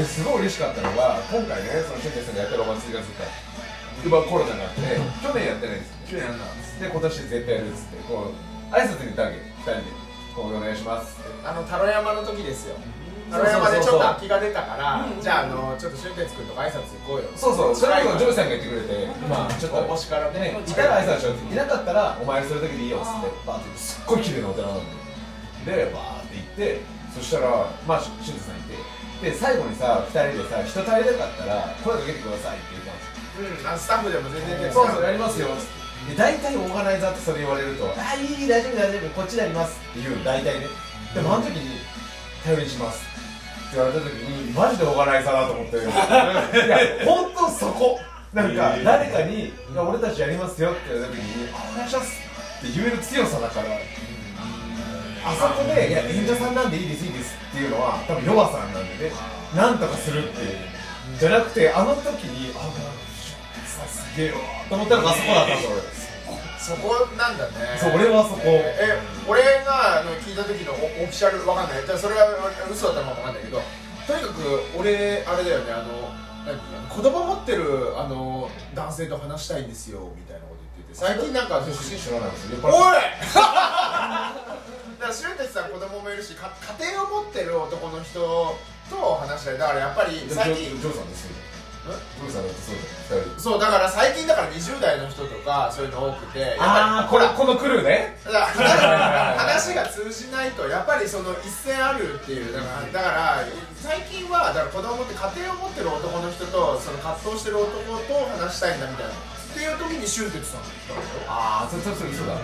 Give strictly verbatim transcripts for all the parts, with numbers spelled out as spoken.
俺すごい嬉しかったのが、今回ね、その俊介さんがやってるお祭りがずっと今コロナがあって、去年やってないんですよ。去年やんなで、今年絶対やるっつって、こう挨拶に行ったわけ、ふたりでこうお願いしますって。 あのタロ山の時ですよ。タロ山でちょっと空きが出たから、じゃああのちょっと俊哲君とか挨拶行こうよ。 そうそう、それをジョージさんが言ってくれて、まあちょっとおしからね、 いたら挨拶しようって、いなかったらお参りするだけでいいよっつって、バーってすっごい綺麗なお寺なんで、で、バーって行って、そしたら、まあ俊哲さんいて、で、最後にさ、ふたりでさ、人足りなかったら声かけてくださいって言ったんですよ。 うん、あのスタッフでも全然そうそう、やりますよっつって。で、大体オーガナイザーってそれ言われると、ああ、いい、大丈夫、大丈夫、こっちでやりますっていう、大体ね。でもあの時に、頼りにしますって言われた時に、マジでオーガナイザーだと思って、いや、ほんとそこ。なんか、誰かに、いや、俺たちやりますよって言われた時に、あ、お願いしますって言える強さだから、あそこで、いや、演者さんなんでいいです、いいですっていうのは、多分弱さなんでね、なんとかするっていう。じゃなくて、あの時に、あ、さすげえわと思ったのがあそこだったんですよ、俺。 そこなんだね。 そう、俺はそこ。 え、俺があの聞いた時のオフィシャルわかんない。じゃあそれは嘘だったのかわかんないけど、とにかく俺あれだよね、あの子供持ってるあの男性と話したいんですよみたいなこと言ってて、最近なんか出身知らないんですよ。 おい。だから俊哲さん子供もいるし、か家庭を持ってる男の人と話したい。だからやっぱり最近。 ジョーさんですよ。ジョーさんだってそうだよ。 そうだから最近だからにじゅう代の人とかそういうの多くて、 ああ、これこのクルーね。 だから話が通じないとやっぱりその一線あるっていう。だからだから最近はだから子供って家庭を持ってる男の人とその葛藤してる男と話したいんだみたいなっていう時に俊哲さんが言ったんだよ。あああ、それそれそれ嘘だ。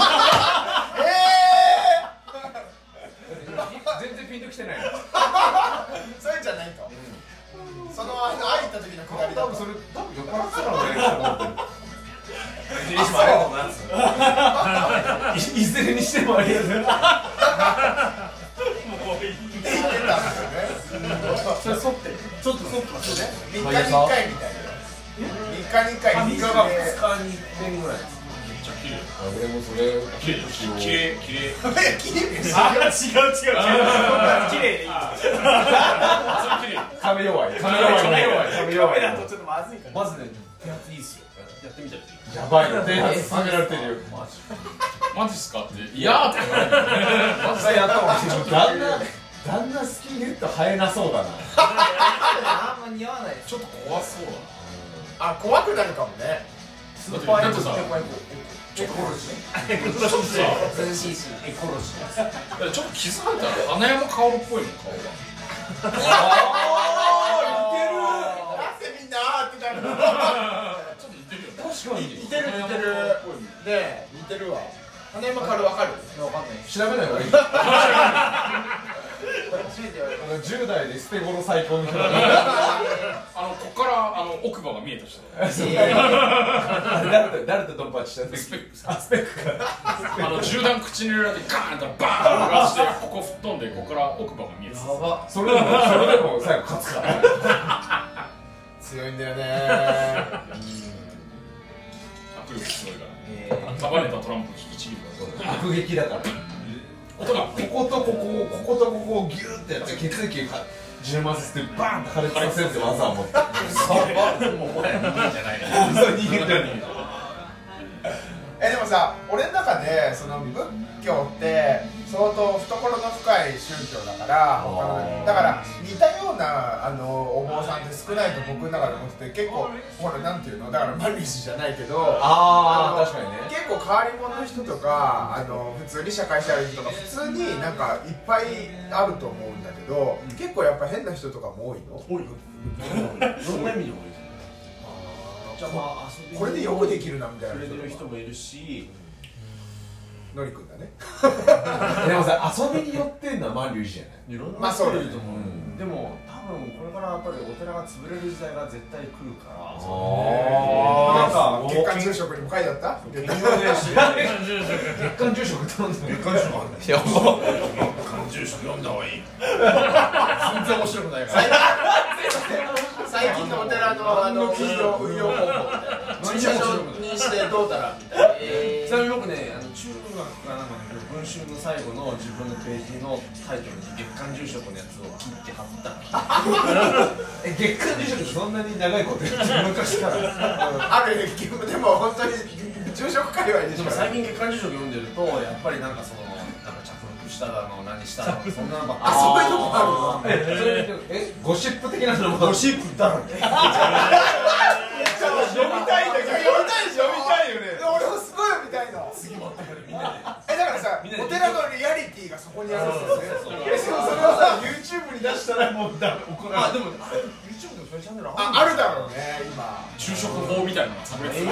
ええ。全然ピンときてない。 そういうんじゃないと。その会いに行った時のくだりだと。 多分それ多分酔っ払ってたのね。 いつもありがとうございます。いずれにしてもありがとうございます。もういい。 言ってたんですよね。 それ沿ってる。ちょっと沿ってますよね。 みっかにいっかいみたいな。みっかにいっかい。 みっかがふつかにいっぺんぐらいです。めっちゃ綺麗。 俺もそれ綺麗綺麗綺麗。 綺麗。 あ、違う違う違う。綺麗でいい。 壁弱い。 壁弱い。壁弱い。壁弱いだとちょっとまずいから。まずね、手厚いいっすよ。やってみたらいい。 やばいよ。手厚上げられてるよ。 マジ。マジっすかって。いやーって言われて。 マジでやったもん。旦那旦那スキンヘッド生えなそうだな。 あんま似合わない。ちょっと怖そうだな。 あ、怖くなるかもね。 スーパーエコさ。 エコロジー。 エコロジー。ちょっとさ、 涼しいし、エコロジー。 ちょっと気づかれたら花山薫っぽいもん顔が。 ああ、似てる。なんでみんなあーってなるの。 ちょっと似てるよね。 確かに似てる似てる。ね、似てるわ。花山薫わかる？わかんない。 調べない方がいい。じゅう代で捨て頃最高の人だ。 あのここからあの奥歯が見えた人。 誰と誰とドンパチしたんですスペック。 スペックか。 あの銃弾口に入れられてガーンってバーンってしてここ吹っ飛んでここから奥歯が見えた。 やば。それでもそれでも最後勝つから。 強いんだよね。 握力すごいから。束ねたトランプいちミリだ。 迫撃だから。 音がこことここをこことここをギューってやって血液を充満させてバーンと破裂させるって技を持って。 もうもはや人間じゃないね。 そう逃げてる。 え、でもさ、俺の中でその仏教って相当懐の深い宗教だから、他のだから似たようなあのお坊さんって少ないと僕の中で思ってて、結構ほらなんていうの、だからマリシじゃないけど、 ああ確かにね。 結構変わり者の人とかあの普通に社会してある人とか普通になんかいっぱいあると思うんだけど、結構やっぱ変な人とかも多いの？ 多い。どんな意味で多い？じゃあまあ遊びこれでよくできるなみたいなくれてる人もいるし、 のりくんだね。 でもさ、遊びに寄ってんのは万隆寺じゃない。 いろんまあそうだね。 な人いると思う。でも多分これからやっぱりお寺が潰れる時代が絶対来るから。 なんか月刊住職にも書いてあった？ 月刊住職ってなんだ。月刊住職あるね。やば。 月刊住職読んだ方がいい。全然面白くないから。 最近のお寺のあの運用運用方法みたいな。駐車場にしてどうたらみたいな。 ちなみに僕ね、あの中学かなんかの文文集の最後の自分のページのタイトルに月刊住職のやつを切って貼ったえ、月刊住職ってそんなに長いことやってる昔からあるでも本当に住職界隈でしょ。 でも最近月刊住職読んでるとやっぱりなんかそのなんか着服しただの何しただのそんなのばっかり。 あ、そういうのもあるの。 え、ゴシップ的なのもゴシップだらけ。 読みたいんだけど、読みたいでしょ。 読みたいよね。 俺もすごい読みたいの。 次持ってくるみんなで。 え、だからさ、お寺のリアリティがそこにあるんですよね。え、しかもそれをさ、YouTube に出したらもうだ怒られる。 あでもあれ YouTube でもそういうチャンネルあ、あるだろうね、今。 昼食法みたいなのが炸裂する。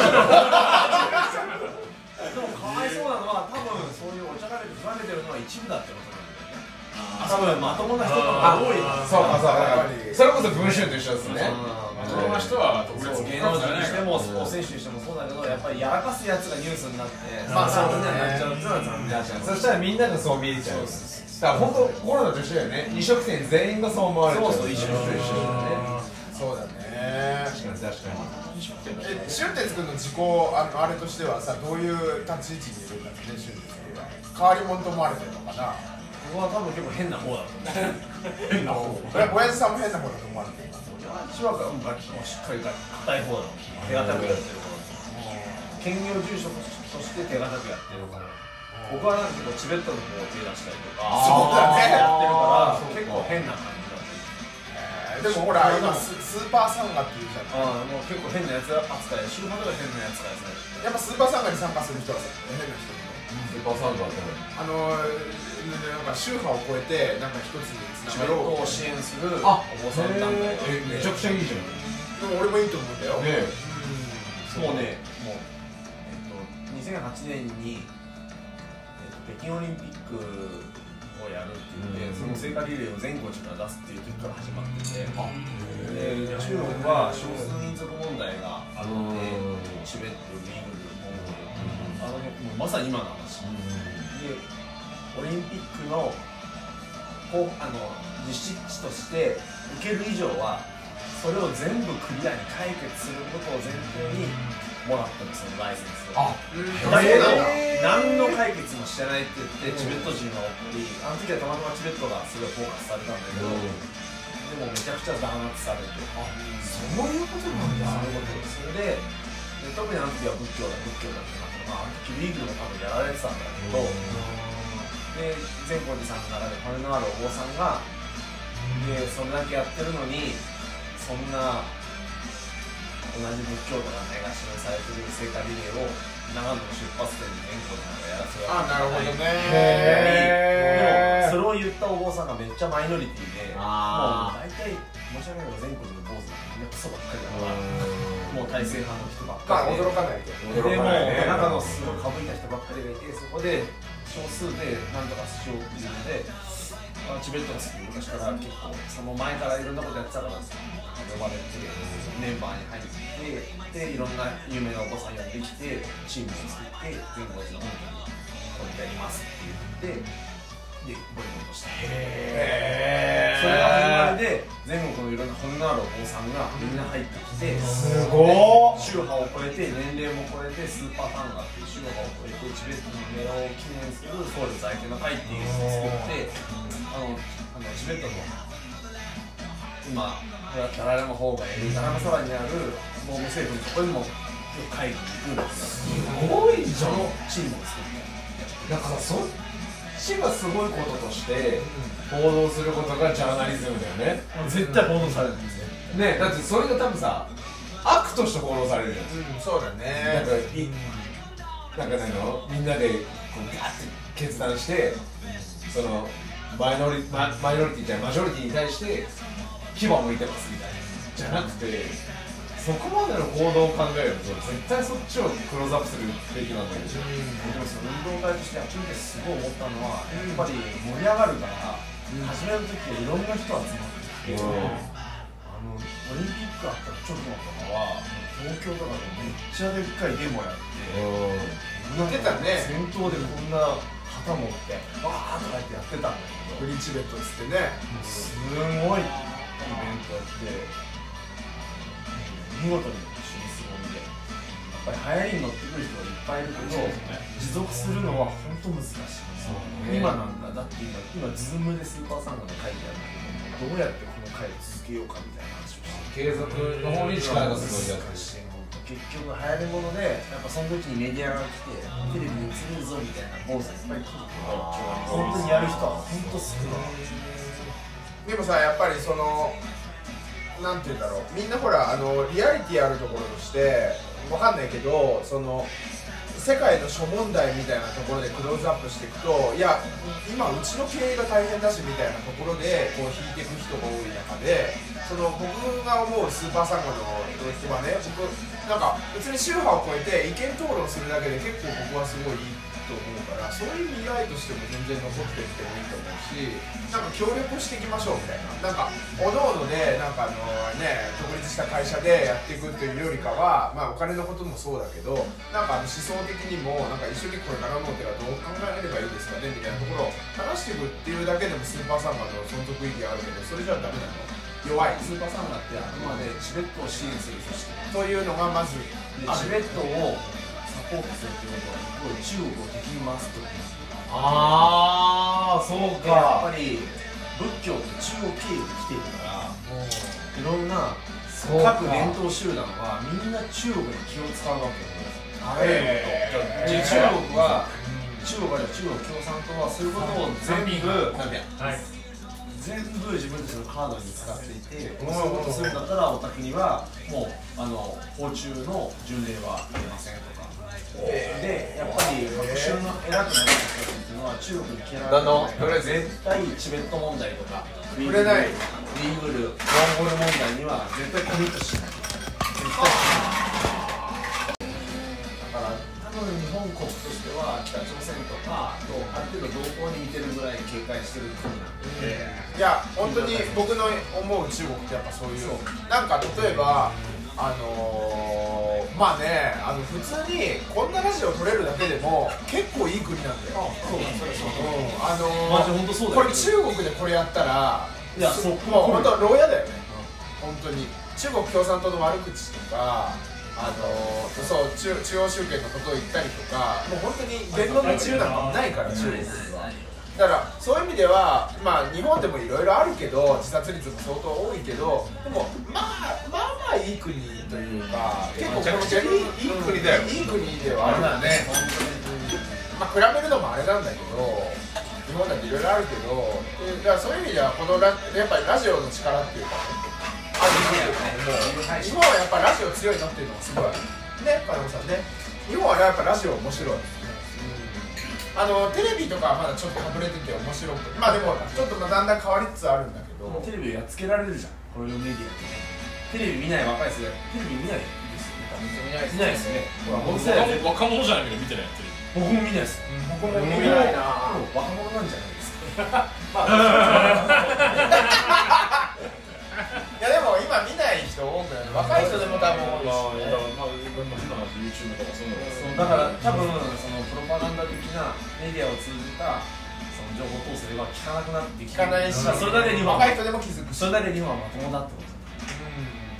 でもかわいそうなのは多分そういうお茶かけてふざけてるのは一部だってことなんだよね。多分まともな人とか多い。 そうかそうか。それこそ文春と一緒ですね。 まともな人は特別芸能人にしてもスポーツ選手にしてもそうだけどやっぱりやらかすやつがニュースになってまあそうみんなになっちゃうっていうのは残念だし。 そしたらみんながそう見えちゃう。だから本当コロナと一緒だよね。飲食店全員がそう思われちゃう。 そうそう一緒一緒一緒だよね。 そうだね。 確かに確かに。 え、シュンテツ君の自己あのあれとしてはさ、どういう立ち位置にいるんだろうね、シュンテツ君は。変わり者と思われてるのかな。 僕は多分結構変な方だと思う。変な方。 え、親父さんも変な方だと思われてるの。 私はガキもしっかり硬い方だ。手堅くやってる方。兼業住職として手堅くやってるから。僕はなんか結構チベットの方を手出したりとか。 そうだね。 やってるから結構変な感じだ。 でもほら今スーパーサンガっていうじゃん。 ああもう結構変なやつ扱い、週末が変なやつ扱いされてる。 やっぱスーパーサンガに参加する人は変な人。 スーパーサンダーってあのなんか宗派を超えてなんか一つにつながろうを支援するおあ坊さん団体がえめちゃくちゃいいじゃん。 でも俺もいいと思うんだよ。 ねもうね、もうえっとにせんはちねんにえっと北京オリンピックをやるって言って、その聖火リレーを全国から出すっていう時から始まってて、で中国は少数民族問題があって、チベット、ウイグル、モンゴル、あの辺もうまさに今の話で、オリンピックのこうあの実施地として受ける以上はそれを全部クリアに解決することを前提にもらったんですよ、ライセンスを。 あ、 だけど何の解決もしてないって言ってチベット人が怒り、あの時はたまたまチベットがすごいフォーカスされたんだけど、でもめちゃくちゃ弾圧されて、あ、 そういうことなんだ。 そういうことです。それでで特にあの時は仏教だ仏教だってなったら、まあ、あの時ウイグルも多分やられてたんだけど、で善光寺さんの中で金のあるお坊さんがでそれだけやってるのにそんな同じ仏教徒がないがしろにされてる聖火リレーを長野の出発点に善光寺なんかやらせるあ、なるほどね。 でもそれを言ったお坊さんがめっちゃマイノリティで、もう大体申し訳ないけど善光寺の坊主なんてみんなクソばっかりだからもう体制派の人ばっまあかりで、 驚かないけど。 でもね中のすごいかぶいた人ばっかりがいて、そこで少数でなんとかしようっていうので、まあ、チベットが好きで昔から結構その前からいろんなことやってたから呼ばれてメンバーに入ってでいろんな有名なお子さん呼んできてチームを作って全国の本当にこれやりますって言ってでボリボリとしてへそれが始まりで全国のいろんな本のあるお坊さんがみんな入ってきてすご宗派を超えて年齢も超えてスーパーファンガっていう宗派を超えてチベットのメロを記念するソウル在天の会っていうのを作ってあのあのチベットの今ダララの方がいるダララサバにあるモーム政府のところにも会議に行くんですよ。 すごいじゃん。 そのチームを作ってだからそっちがすごいこととして報道することがジャーナリズムだよね。 絶対報道されるんですよ。 ね、だってそれが多分さ悪として報道されるじゃん。 うん、そうだなんね。 かいなんか何のみんなでこうガッて決断してそのマイノリママイノリティじゃマジョリティに対して牙を向いてますみたいなじゃなくてそこまでの行動を考えると絶対そっちをクローズアップするべきなんだけど、 でもその運動会としてやってみてすごい思ったのはやっぱり盛り上がるから始める時はいろんな人集まってきて、あのオリンピックあった直後とかは東京とかでめっちゃでっかいデモやって言ってたね。 先頭でこんな旗持ってバーッとかってやってたんだけどフリーチベットっつってね。 すごいイベントやって見事に進出を見てやっぱり流行りに乗ってくる人がいっぱいいるけど、持続するのは本当難しい。今なんだ、だって今、今ズームでスーパーサンガが書いてあるけど、どうやってこの回を続けようかみたいな話をして継続の方に力がすごいやってるし、 結局流行り物で、やっぱその時にメディアが来て、テレビに映るぞみたいな坊主がいっぱい来るけど、本当にやる人は本当少ない。 でもさ、やっぱりそのなんて言うんだろう、みんなほらあのリアリティあるところとしてわかんないけど、その世界の諸問題みたいなところでクローズアップしていくと、いや今うちの経営が大変だしみたいなところでこう引いていく人が多い中で、その僕が思うスーパーサンガの人はね、僕なんか別に宗派を超えて意見討論するだけで結構僕はすごいいいと思うから、そういう未来としても全然残っていってもいいと思うし、なんか協力していきましょうみたいな、なんかおのおのでなんかあのね独立した会社でやっていくというよりかは、まあお金のこともそうだけど、なんかあの思想的にもなんか一緒にこれからの手がどう考えればいいですかねみたいなところを話していくっていうだけでもスーパーサンガの存続意義があるけど、それじゃダメなの、弱いスーパーサンガってあくまでチベットを支援する組織というのがまずで、チベットをサポートするということは中国を敵に回すという。 ああ、そうやっか。 ぱり仏教って中国経由で来ているから、いろんなそうか各伝統集団はみんな中国に気を使うわけよ。あらゆること。で中国は中国あるいは中国共産党はそういうことを全部全部自分たちのカードに使っていて、そういうことするんだったらお宅にはもうあの訪中の巡礼は入れませんとか。でやっぱり学習の偉くなる人たちっていうのは中国に嫌われてないから、絶対チベット問題とかウイグル、ウイグル、モンゴル問題には絶対コミットしない。絶対しない。だから多分日本国としては北朝鮮とかとある程度同行に似てるぐらい警戒してる国なんで、 いや本当に僕の思う中国ってやっぱそういう、なんか例えばあのー、まあね、あの普通にこんなラジオ撮れるだけでも結構いい国なんだよ。 そうなんですよ。 あのー、 マジ本当そうだよ。 これ中国でこれやったら、 いやそもう本当牢屋だよね。本当に中国共産党の悪口とか、あのー、そう中中央集権のことを言ったりとか、もう本当に言論の自由なんかないから中国は。だからそういう意味では、まあ日本でもいろいろあるけど自殺率も相当多いけど、でもまあまあまあいい国というか、結構めちゃくちゃいいいい国だよ。 いい国ではあるんだね。まあ比べるのもあれなんだけど、日本だっていろいろあるけど、だからそういう意味ではこのラやっぱりラジオの力っていうか、あるんですよ。日本はやっぱりラジオ強いなっていうのがすごいね、金子さんね。日本はやっぱラジオ面白い。あのテレビとかはまだちょっとかぶれてて面白く、まあでもちょっとだんだん変わりつつあるんだけど、 テレビをやっつけられるじゃん、こういうメディアって。テレビ見ない若い世代、テレビ見ないですよね。見ないですね。僕世代若者じゃないけど見てないやってる。 僕も見ないです。 僕も見ないな。 若者なんじゃないですか。 いやでも今見ない人多くない。若い人でも多分多いしね。 YouTube とかそういうの。 だから多分そのプロパガンダ的なメディアを通じたその情報統制は効かなくなってきて、 聞かないし、 それだけ日本は若い人でも気づくし、 それだけ日本はまともだってこと。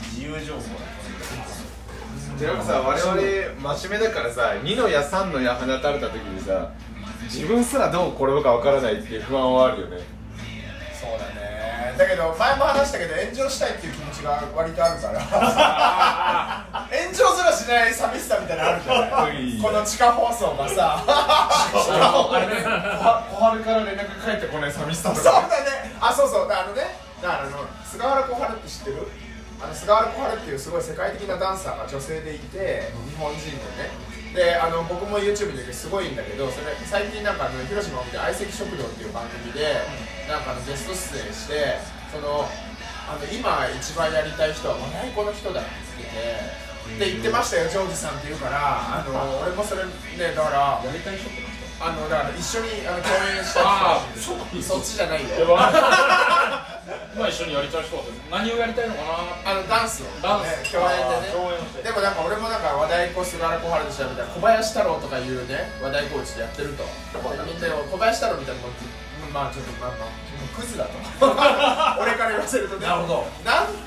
自由情報だでもさ、我々真面目だからさ、にの矢さんの矢放たれた時にさ、自分すらどう転ぶかわからないっていう不安はあるよね。 そうだね。だけど前も話したけど炎上したいっていう気持ちが割とあるから炎上すらしない寂しさみたいなのあるじゃないこの地下放送がさあれね、小春から連絡返ってこない寂しさとそうか。 だね。あ、そうそう。あのね、だからあの菅原小春って知ってる？あの菅原小春っていうすごい世界的なダンサーが女性でいて、日本人でね。で、あの僕も YouTube ですごいんだけど、それ最近なんかあの広島を見て相席食堂っていう番組でなんかあのゲスト出演して、そのあの今一番やりたい人は和太鼓の人だって言ってて、で言ってましたよ、ジョージさんって言うから、あの俺もそれね、だからやりたい人ってあのだから一緒にあの共演した人、そっちじゃないよ。 今一緒にやりたい人は何をやりたいのかな。 あのダンスを、ね、 ダンス共演でね。でもなんか俺もなんか和太鼓菅原小春で調べたら小林太郎とかいうね和太鼓打ちでやってると。みんな小林太郎みたいなもん、まあちょっとまあまあクズだと俺から言わせるとね。 なるほど。 なん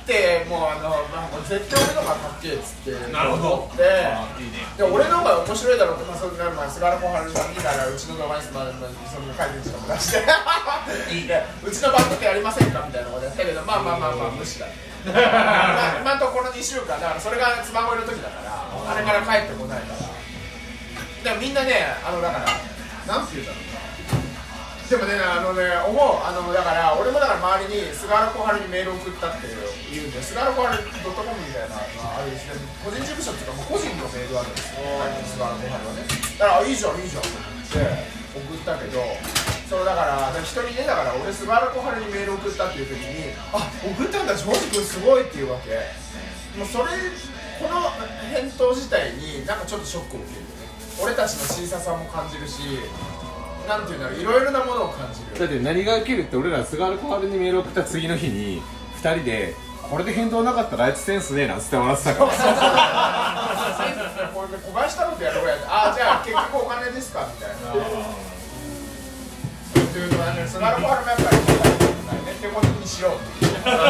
ってもうあの、まあ、もう絶対俺の方がかっけえっつってなるほど思ってで俺の方が面白いだろうって、まあ、そんなまあ菅原小春さんみたいなうちの動画にまあ、まあ、その解説とかも出してでうちのバンドってやりませんかみたいなことやったけどまあまあまあまあ無視だまあ今のところにしゅうかんだからそれが妻恋の時だからあれから帰ってこないからでもみんなねあのだからなんて言うんだろうでもね、あのね、思う、あのだから俺もだから周りに菅原小春にメール送ったって言うんで、菅原小春ドットコムみたいなのがあるんですね、個人事務所っていうか、もう個人のメールあるんですよ、菅原小春はね。だから、いいじゃん、いいじゃんって送ったけど、そうだから、人にね、だから俺、菅原小春にメール送ったっていう時に、あ送ったんだ、ジョージ君すごいっていうわけ。もうそれ、この返答自体に、なんかちょっとショックを受けるよね。俺たちの小ささも感じるし、なんていうんだろう、いろいろなものを感じる。 だって何が受けるって俺ら菅原小春にメール送った次の日にふたりでこれで返答なかったらあいつセンスねえなっつって笑ってたからこれで小林太郎とやろうやって、ああじゃあ結局お金ですかみたいな。というのはね、菅原小春もやっぱり手こにしようっていう。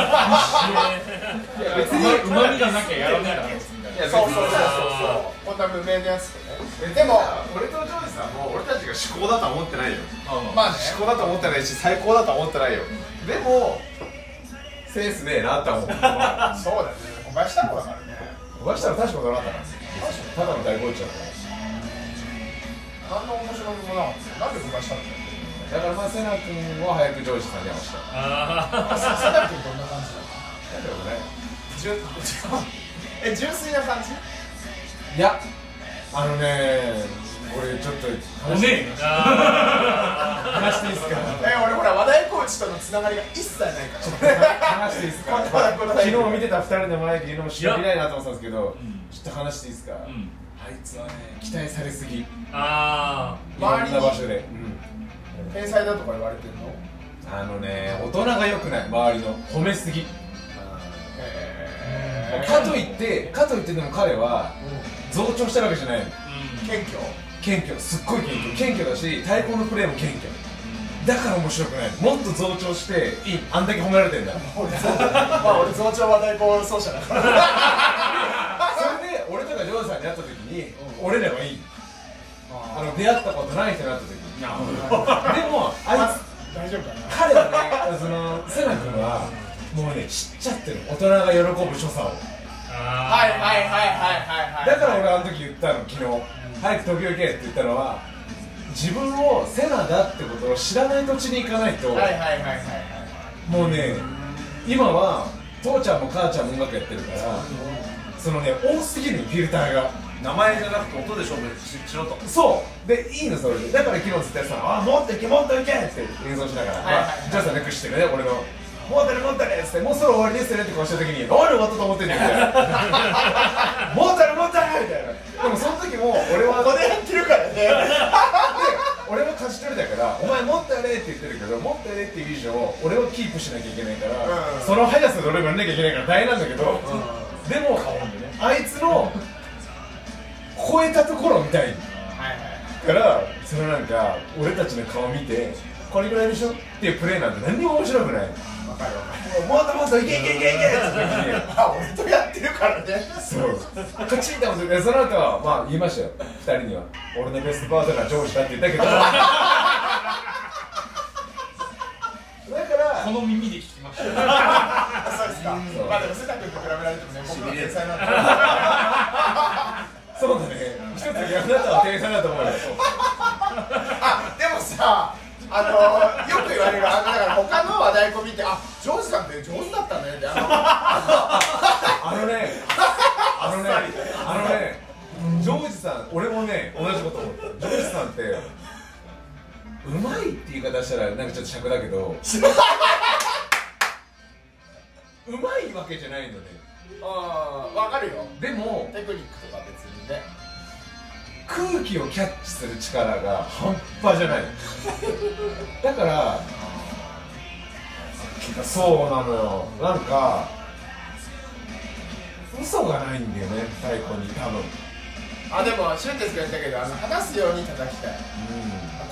別にうまみがなきゃやらないだろう。 そうそうそうそうこんな無名なやつとね。でも俺とジョージさんも俺たちが至高だとは思ってないよ。 まあね至高だと思ってないし最高だとは思ってないよ。でもセンスねえなって思う。 そうだね、小林太郎だからね。 小林太郎大したことなかったからただの大ゴイチだった何の面白みもなかった。なんで小林太郎だからまあセナ君は早くジョージさんに会わせた。 あ佐田君どんな感じだだけどね純え純粋な感じ。 いやあのね俺ちょっとあおねえ話していいですか。 え俺ほら和田コーチとのつながりが一切ないから話していいですか。 この昨日見てたふたりの前で昨日しか見ないなと思ってたんですけど、 うんちょっと話していいですか。 うんあいつはね期待されすぎ。いあろんな場所で。 天才だとか言われてるの。 あのね大人が良くない周りの褒めすぎ。かといってかといってでも彼は増長したわけじゃないの。 謙虚謙虚すっごい謙虚謙虚だし対抗のプレーも謙虚だから面白くない。もっと増長していいあんだけ褒められてんだ。 まあ俺増長和太鼓奏者だからそれで俺とかジョージさんに会った時に俺らはいい。あの出会ったことない人に会った時にでもあいつ大丈夫かな。 彼はねそのセナ君はもうね知っちゃってる大人が喜ぶ所作を。 はいはいはいはいはいはい。 だから俺あの時言ったの昨日早く東京行けって言ったのは自分をセナだってことを知らない土地に行かないと。 はいはいはいはいはい。 もうね今は父ちゃんも母ちゃんも音楽やってるからそのね多すぎるフィルターが。 名前じゃなくて音で勝負ししろと。 そうでいいのそれでだから昨日ずっとやってたのあもっといけもっといけって演奏しながら、 はいはいはいまあ、ジョージさんねくしてるね俺のもっとねもっとねっつってもうそろ終わりですよねって顔した時に何終わったと思ってんねんみたいなもっとねもっとねみたいな。でもその時も俺はここでやってるからねで俺は勝ち取りだからお前もっとやれって言ってるけどもっとやれっていう以上俺をキープしなきゃいけないから、 うん、 その速さで俺がやんなきゃいけないから大変なんだけど、うん、でもあいつの超えたところみたいからそのなんか俺たちの顔見てこれぐらいでしょっていうプレーなんて何にも面白くない。 わかるわかる。 もっともっといけいけいけいけってあ俺とやってるからね。 そうカチンって思ってその後はまあ言いましたよふたりには俺のベストパートナージョージだって言ったけどだからこの耳で聞きました。 そうですか。まあでも瀬田君と比べられてもね僕は天才なんだ。 そうだね一つ逆だったら天才だと思うよ。 あでもさあのよく言われるあのだから他の和太鼓見てあジョージさんって上手だったねってあのあのねあのねあのねジョージさん俺もね同じこと思った。ジョージさんってうまいって言い方したらなんかちょっと尺だけどうまいわけじゃないのね。 あ分かるよ。 でもテクニックとか別にね空気をキャッチする力が半端じゃないだからそうなのよ。なんか嘘がないんだよね太鼓に多分。 あでもシュンテスが言ったけどあの話すように叩きたい、 うん、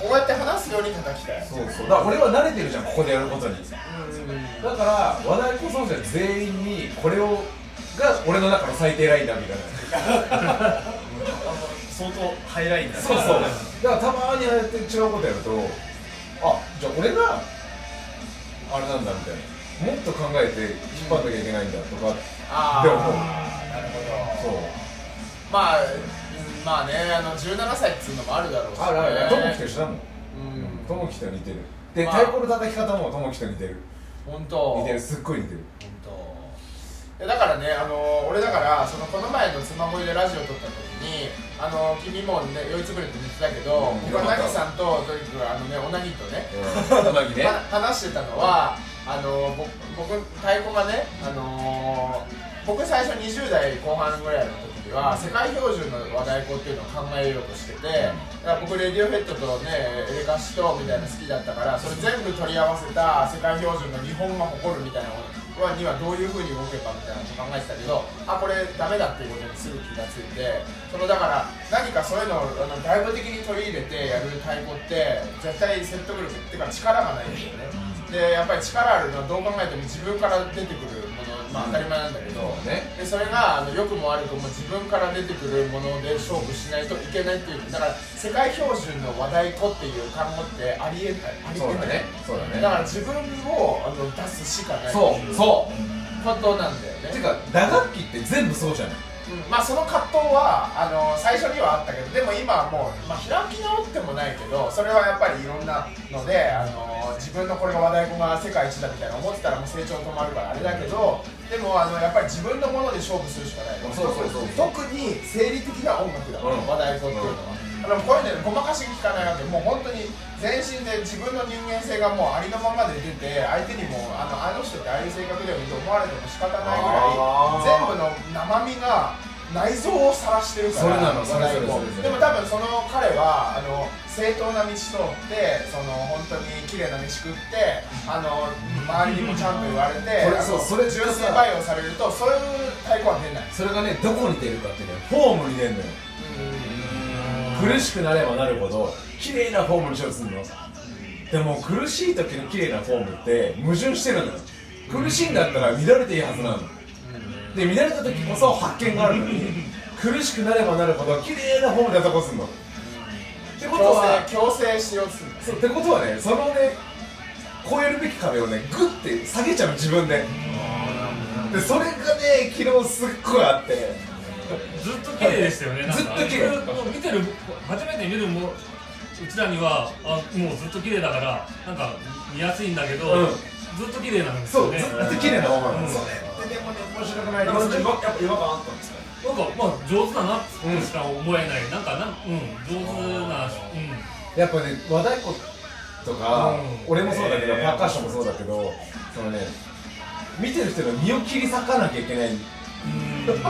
こうやって話すように叩きたい。 そうそう、だから俺は慣れてるじゃん、ここでやることに。だから和太鼓奏者全員にこれをが俺の中の最低ラインだみたいな相当ハイラインだね。 そうそう、だからたまにああやって違うことやると、あ、じゃあ俺があれなんだみたいな、もっと考えて引っ張んなきゃいけないんだとかあでも思う。 なるほど。 そう、 まあ、まあね、あのじゅうななさいっつうのもあるだろうし、ね、 あるある、ともきと一緒だもん。ともきと似てる。で、 まあ太鼓の叩き方もともきと似てる。 本当。 似てる、すっごい似てる。 本当。だからね、あの俺だからそのこの前のつまごいでラジオ撮った時に、あの君もね酔いつぶれて言ってたけど、 うん、 僕はなぎさんととにかくあのねおなぎとね、 うん、ね話してたのは、あの僕太鼓がね、あの僕最初にじゅう代後半ぐらいの時には世界標準の和太鼓っていうのを考えようとしてて、だから僕レディオヘッドとねエレカシとみたいな好きだったから、それ全部取り合わせた世界標準の日本が誇るみたいなにはどういう風に動けばみたいなのを考えてたけど、あ、これダメだっていうことにすぐ気がついて、そのだから何かそういうのをあの外部的に取り入れてやる太鼓って絶対説得力っていうか力がないんですよね。でやっぱり力あるのはどう考えても自分から出てくるもの、まあ当たり前なんだけど、うんね、でそれがあの良くも悪くも自分から出てくるもので勝負しないといけないっていう、だから世界標準の和太鼓っていう単語ってありえない、ありえない。 そうだね。 だから自分をあの出すしかない。 そうそうことなんだよね。 てか打楽器って全部そうじゃない。 うん、まあその葛藤はあの最初にはあったけど、でも今はもう、まあ、開き直ってもないけど、それはやっぱりいろんなのであの自分のこれが和太鼓が世界一だみたいな思ってたらもう成長止まるからあれだけど、でもあのやっぱり自分のもので勝負するしかない。 そうそうそう、 特に生理的な音楽だから、うん、和太鼓っていうのは。うん、あのこういうのごまかし聞かないわけ。もう本当に全身で自分の人間性がもうありのままで出て、相手にもあのあの人ってああいう性格だよねと思われても仕方ないぐらい全部の生身が内臓を晒してるから。それなの、それそれそれ。でも多分その彼はあの正当な道通ってその本当に綺麗な飯食ってあの周りにもちゃんと言われてそれ純正培養されるとそういう太鼓は出ない。 それがねどこに出るかってね、フォームに出るのよ。苦しくなればなるほど綺麗なフォームにしようとするの。でも苦しい時の綺麗なフォームって矛盾してるのよ。苦しいんだったら乱れていいはずなので、乱れた時こそ発見があるのに苦しくなればなるほど綺麗なフォームでアタックするの。ってことは強制しようとする。 そうってことはね、そのね超えるべき壁をねグッて下げちゃう自分で。でそれがね昨日すっごいあって、 ずっと綺麗でしたよね。 ずっと綺麗。 見てる初めて見るもうちらにはあもうずっと綺麗だからなんか見やすいんだけど、うん、ずっと綺麗なんですよね。 そう、ずっと綺麗な方なんですよね。でもね面白くない。 なんかそれやっぱ違和感あったんですか。なんかまあ上手だなとしか思えない。なんかなんうん上手な、うん、 やっぱね和太鼓とか、うん、俺もそうだけど、えー、パーカッションもそうだけど、そのね見てる人の身を切り裂かなきゃいけない。うん。いや、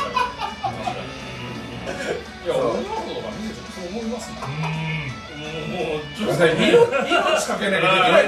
女の子とか見ててそう思いますね。うん。もうちょっと命かけなきゃいけない。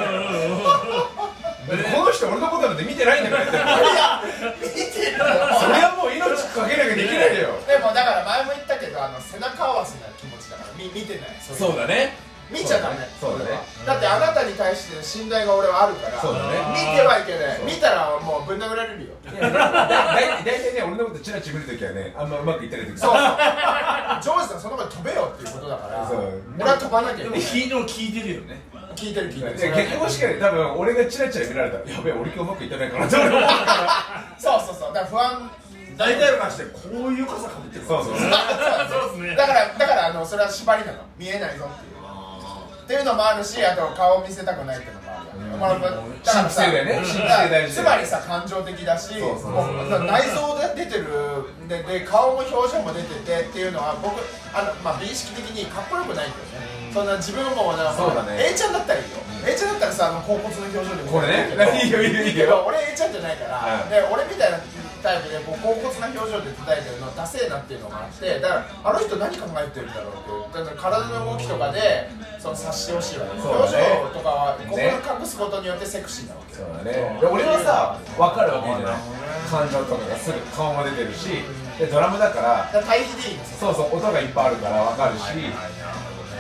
この人俺のことなんて見てないんだから。いや見てるよ。それはもう命かけなきゃできないよ。 でもだから前も言ったけど、あの背中合わせな気持ちだから見見てない。 そうだね。 見ちゃダメ。 そうだね。 だってあなたに対して信頼が俺はあるから。 そうだね。 見てはいけない。見たらもうぶん殴られるよ。 大体ね俺のことチラチラ見るときはねあんまうまくいってないとき。 そうそう。ジョージさんその前飛べよっていうことだから。俺は飛ばなきゃいけない。でも聞いてるよね。聞いてる聞いてる。 逆もしかり多分俺がチラチラ見られたらやべえ俺今日うまくいってないかなって思うから。 そうそうそう。だから不安。大体の話でこういう傘かぶってる。 そうそうそう。 だからだからあのそれは縛りなの。見えないぞっていう。っていうのもあるし、あと顔を見せたくないっていうのもあるよね。 神秘性だよね。神秘性大事。 つまりさ感情的だし、内臓で出てるでで顔も表情も出ててっていうのは僕あのまあ美意識的にかっこよくないんだよね。そんな自分もなんか A ちゃんだったらいいよ。A ちゃんだったらさあの甲骨の表情でこれね。いいよいいよいいよ。 俺 A ちゃんじゃないからで俺みたいなタイプでこう甲骨な表情で叩いてるのダセえなっていうのがあって、だからあの人何考えてるんだろうってだから体の動きとかでその察してほしいわけ。表情とかはここを隠すことによってセクシーなわけ。 そうだね。俺はさ分かるわけじゃない。感情とかがすぐ顔も出てるし、でドラムだから対比でいいの。 そうそう音がいっぱいあるから分かるし。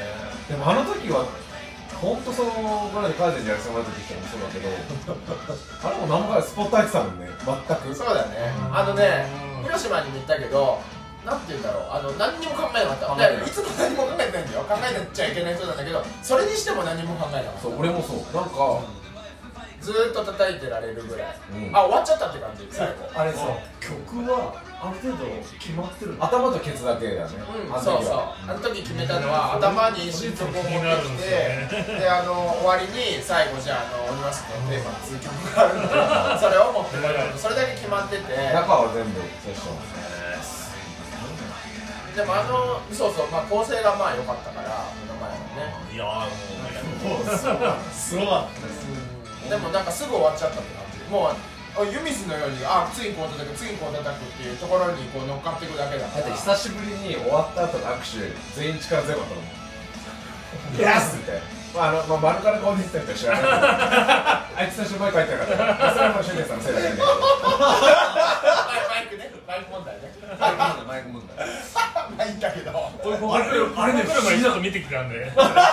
でもあの時は本当そのぐらいでカーテンでやらせてもらった時もそうだけどあれも何回スポット入ってたもんね全く。 そうだよね。あのね広島にも行ったけどなんて言うんだろう、あの何にも考えなかった。だからいつも何も考えてないんだよ。考えちゃいけない人なんだけど、それにしても何も考えなかった。 そう俺もそうなんかずーっと叩いてられるぐらい、 うん、 あ終わっちゃったって感じ最後。 あれさ曲はある程度決まってるの？ 頭とケツだけだね、 うん、 あのそうそう時は。 あの時決めたのは頭に新曲を持ってきて、であの終わりに最後じゃああの鬼マスクのテーマの数曲があるのでそれを持ってもらう。それだけ決まってて、 中は全部セッション。 でもあのそうそう、まあ構成がまあ良かったから目の前はね。 いやーもうすごかったすごかったです。 でもなんかすぐ終わっちゃったって感じ。もう湯水のようにあ次こう叩く次こう叩くっていうところにこう乗っかっていくだけだかだってら。 久しぶりに終わった後の握手全員力強かったもん。イエスみたいな。まああのまあ丸から顔出てた人は知らないけどあいつ最初前書いてなかったからそれはもうシュンネさんのせいだけどマイクね、マイク問題ね。 マイク問題まあいいんだけど。 あれあれね、車一緒と見てきたんで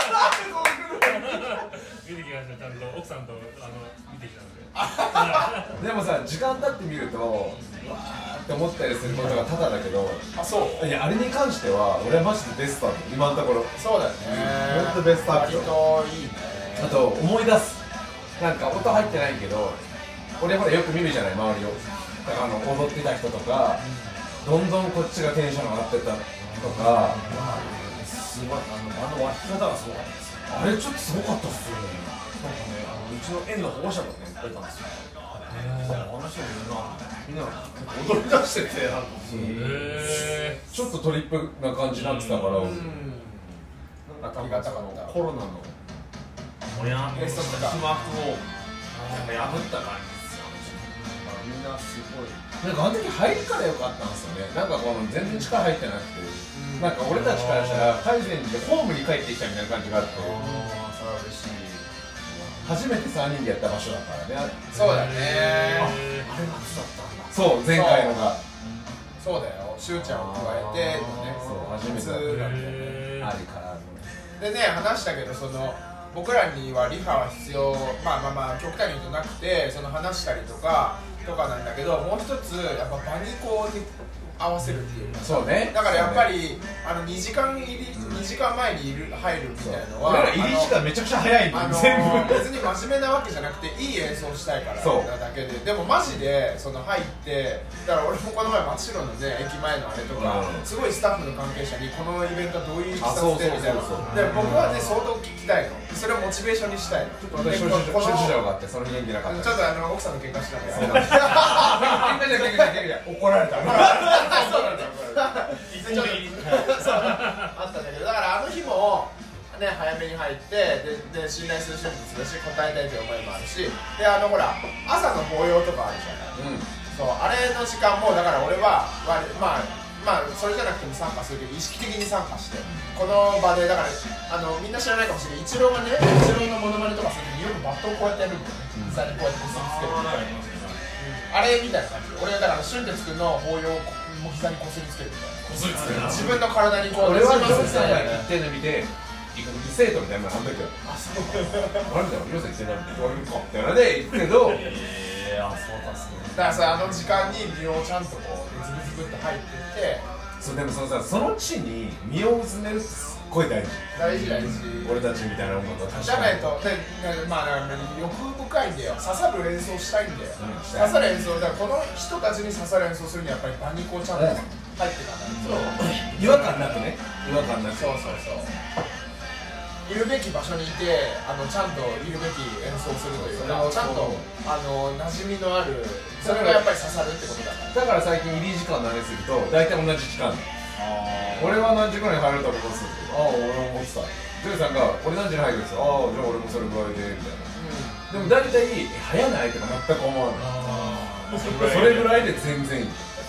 見てきました、ちゃんと奥さんとあの見てきたんででもさ時間経ってみるとわーって思ったりすることが多々だけど、 あ、そういやあれに関しては俺はマジでベストだと今のところ。 そうだよね。 ほんとベストアップ割といいね。 あと思い出すなんか音入ってないけど俺ほらよく見るじゃない周りを。だからあの踊ってた人とかどんどんこっちがテンション上がってたとかすごいあのあの湧き方がすごかったです。 あれちょっとすごかったっすよね。 なんかねあのうちの園の保護者がねいっぱいいたんですよ。あの人もいるな。みんな踊り出しててなんかへちょっとトリップな感じになってたから、 うん。 なんかありがたかったコロナの親の閉塞だ飛膜をなんか破った感じですよ。みんなすごい。 なんかあの時入りから良かったんですよね。なんかこの全然力入ってなくて、なんか俺たちからしたら改善でホームに帰ってきたみたいな感じがあって、 ああそれは嬉しい。 初めてさんにんでやった場所だからね。 そうだね。 あれ夏だったんだ。 そう前回のがそうだよ。しゅうちゃんを加えてのね。 そう初めてだ普通なんだよね。 えありからのでね話したけどその僕らにはリハは必要、まあまあまあ極端に言うとなくてその話したりとかとかなんだけどもう一つやっぱ場にこう合わせるっていうかそうね。 だからやっぱりあのにじかん入り、うん、にじかんまえにいる入るみたいなのは俺ら入り時間めちゃくちゃ早いんだよあの全部別に真面目なわけじゃなくていい演奏したいからそうなだけででもマジでその入ってだから俺もこの前松代のね駅前のあれとか、 うん、 すごいスタッフの関係者にこのイベントはどういういきさつでみたいなそうそうそうそうで僕はね相当聞きたいのそれをモチベーションにしたいの私で諸事この情があってその元気なかった。 ちょっとあの奥さんの喧嘩したのそうよなんだ。喧嘩じゃ喧嘩じゃ喧嘩じゃ怒られた。 そうなんだよ一方的にそうあったんだけどだからあの日もね早めに入ってでで信頼する人物だし答えたいという思いもあるしであのほら朝の法要とかあるじゃない、うん、そうあれの時間もだから俺は割まあまあそれじゃなくても参加するけど意識的に参加してこの場でだからあのみんな知らないかもしれないイチローがねイチローのモノマネとかするときよくバットをこうやってやるんだよね膝にこうやって結びつけるみたいなあれみたいな感じ俺だから俊哲君の法要もう膝にこすりつけるみたいなこすりつける自分の体にこう俺はなじませてジョーさんが言ってるの見て生徒みたいなのあの時はあそうなんだよジョーさん言ってるの見て俺かみたいなで言うけどえー、あそうだっすね。 だからさあの時間に身をちゃんとこうズブズブって入っていってそうでもそのさその地に身をうずめるってすっごい大事。 大事大事俺たちみたいな音楽は確じゃかにないとででまあ欲深いんだよ刺さる演奏したいんだよ、 うん刺さる演奏だからこの人たちに刺さる演奏するにはやっぱり場にこうちゃんと入っていかないと、 違和感なくね違和感なくそうそうそういるべき場所にいてあのちゃんといるべき演奏するというかちゃんとあの馴染みのあるそれがやっぱり刺さるってことだからだから最近入り時間何すると大体同じ時間俺は何時ぐらいに入ると思いますああ俺も思ってたジョイさんが俺何時に入るんですよああじゃあ俺もそれぐらいでみたいな、うん、でも大体え早ないとか全く思わないそれぐらいで全然いい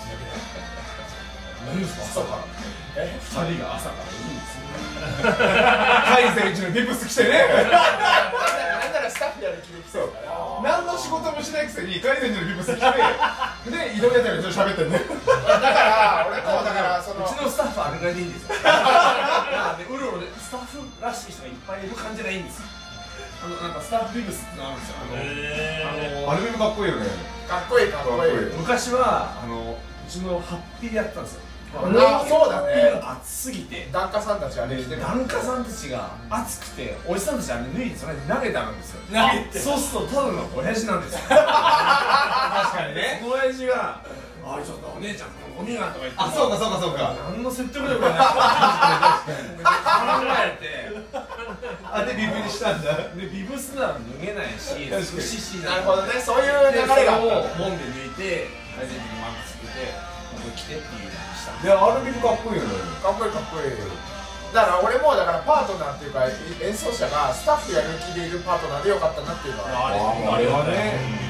何ですか朝からえふたりが朝からいいんですね。 海鮮一のビブス着てねなんならスタッフやる気で来てるから何の仕事もしないくせに海鮮一のビブス着てで移動やったりと喋ってんねだから俺もだからそのうちのスタッフあれぐらいでいいんですよ。なんかねうろうろでスタッフらしい人がいっぱいいる感じじゃないんですよ。あのなんかスタッフビブスってのあるんですよ。あの、 へーアルビムかっこいいよね。 かっこいいかっこいい。 昔はあのうちのハッピーでやってたんですよ。 あ、そうだね。 暑すぎて。 檀家さんたちあれしてる。 檀家さんたちが暑くて、おじさんたちあれ脱いでそれで投げてあるんですよ。 投げてそうするとただの親父なんですよ。 確かにね。 その親父が、あれちょっとお姉ちゃんこのゴミがとか言って、 あ、そうかそうかそうか。 何の説得力がないか考えて、 あ、でビブにしたんだ。 でビブスなら脱げないし、涼しいし、 なるほどね、そういう流れがあをった。 もんで抜いて、アイデンティティマークつけて、ここ着てっていうのにしたんでで、アルビムかっこいいよね。 かっこいいかっこいい。だから俺もだからパートナーっていうか演奏者がスタッフやる気でいるパートナーでよかったなっていうのは。 あれはね。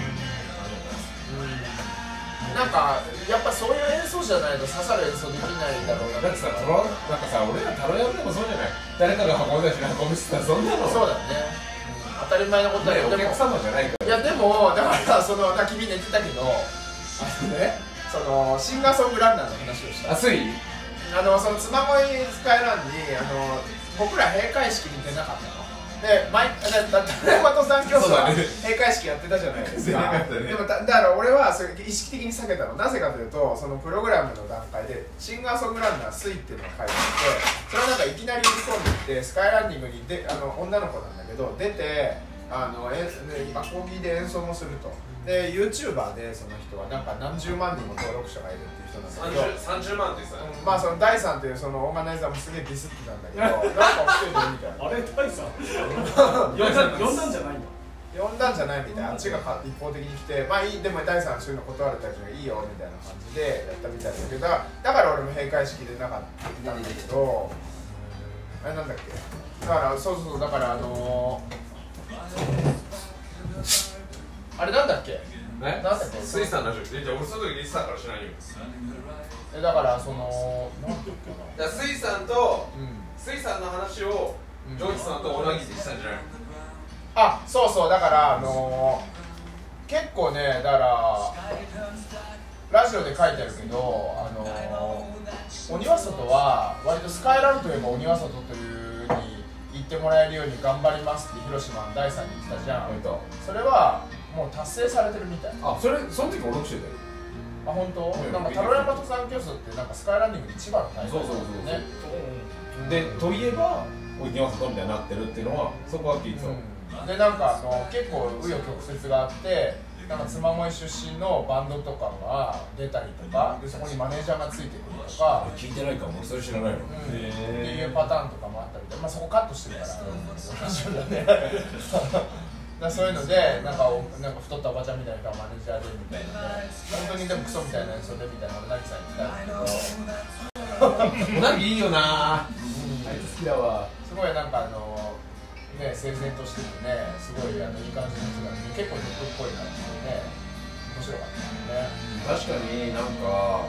なんかやっぱそういう演奏じゃないと刺さる演奏できないだろうな。 だってさ、トラなんかさ、俺らタロヤンでもそうじゃない。誰かが運んだし運ぶっつったらそんなの。 そうだね。当たり前のことだよ。 お客様じゃないかいやでもだからその焚き火寝てたけど、あのね、そのシンガーソングランナーの話をした。 あ、スイあのその妻恋スカイランにあの僕ら閉会式に出なかったの。で、毎だだタレマトさん教室は閉会式やってたじゃないですか。でもだだから俺はそれ意識的に避けたの。なぜかというと、そのプログラムの段階でシンガーソングランナースイっていうのが書いてあって、それはなんかいきなり売り込んできてスカイランニングにであの女の子なんだけど出て、あのえ今講義で演奏もすると。で YouTuber でその人はなんか何十万人も登録者がいるっていう人なんだけど、 さんじゅうまんってさ、 うんまあそのダイさんというそのオーガナイザーもすげえディスってたんだけど、なんか起きてるみたいな。 あれ大さん呼んだ呼んだんじゃないの？ 呼んだんじゃないみたいな、あっちが一方的に来て、まあいい、でも第三そういうの断られた人がいいよみたいな感じでやったみたいだけど、だから俺も閉会式でなかったんだけど、あれなんだっけ、だからそうそうそう、だからあのー、あれなんだっけ、 えなんだっけ、 スイさんの話。じゃあ俺その時リスさんから知らんよ。 えだからそのなんだっけな、 じゃあスイさんとうんスイさんの話をジョージさんとオナギでしたんじゃないの？ あ、そうそう、だからあのー、結構ね、だからラジオで書いてあるけど、あのー、鬼は外は割とスカイランといえば鬼は外という風に言ってもらえるように頑張りますって広島の第三に言ってたじゃん。それはもう達成されてるみたい。 あ、それその時俺もしてたよ。 あ、本当？ うんなんかタロヤマ登山競争ってなんかスカイランニングで一番の大会そうそうそうそうね。 で、といえば鬼は外みたいになってるっていうのはそこは聞いてた。 うん、でなんかあの結構紆余曲折があって、なんか妻恋出身のバンドとかが出たりとかで、そこにマネージャーがついてくるとか、 聞いてないかも、俺それ知らないの。 うん、っていうパターンとかもあったみたい。まあそこカットしてるから、うん、ねだそういうのでなんかなんか太ったおばちゃんみたいな人がマネージャーでみたいなね、本当にでもクソみたいな演奏でみたいなのをナギさん言ってたんだけど、 オナギいいよな。あうんいつ好きだわ。 すごいなんかあのね、整然としててね、すごいあのいい感じの人がね、結構肉っぽい感じでね、面白かったね。 確かになんか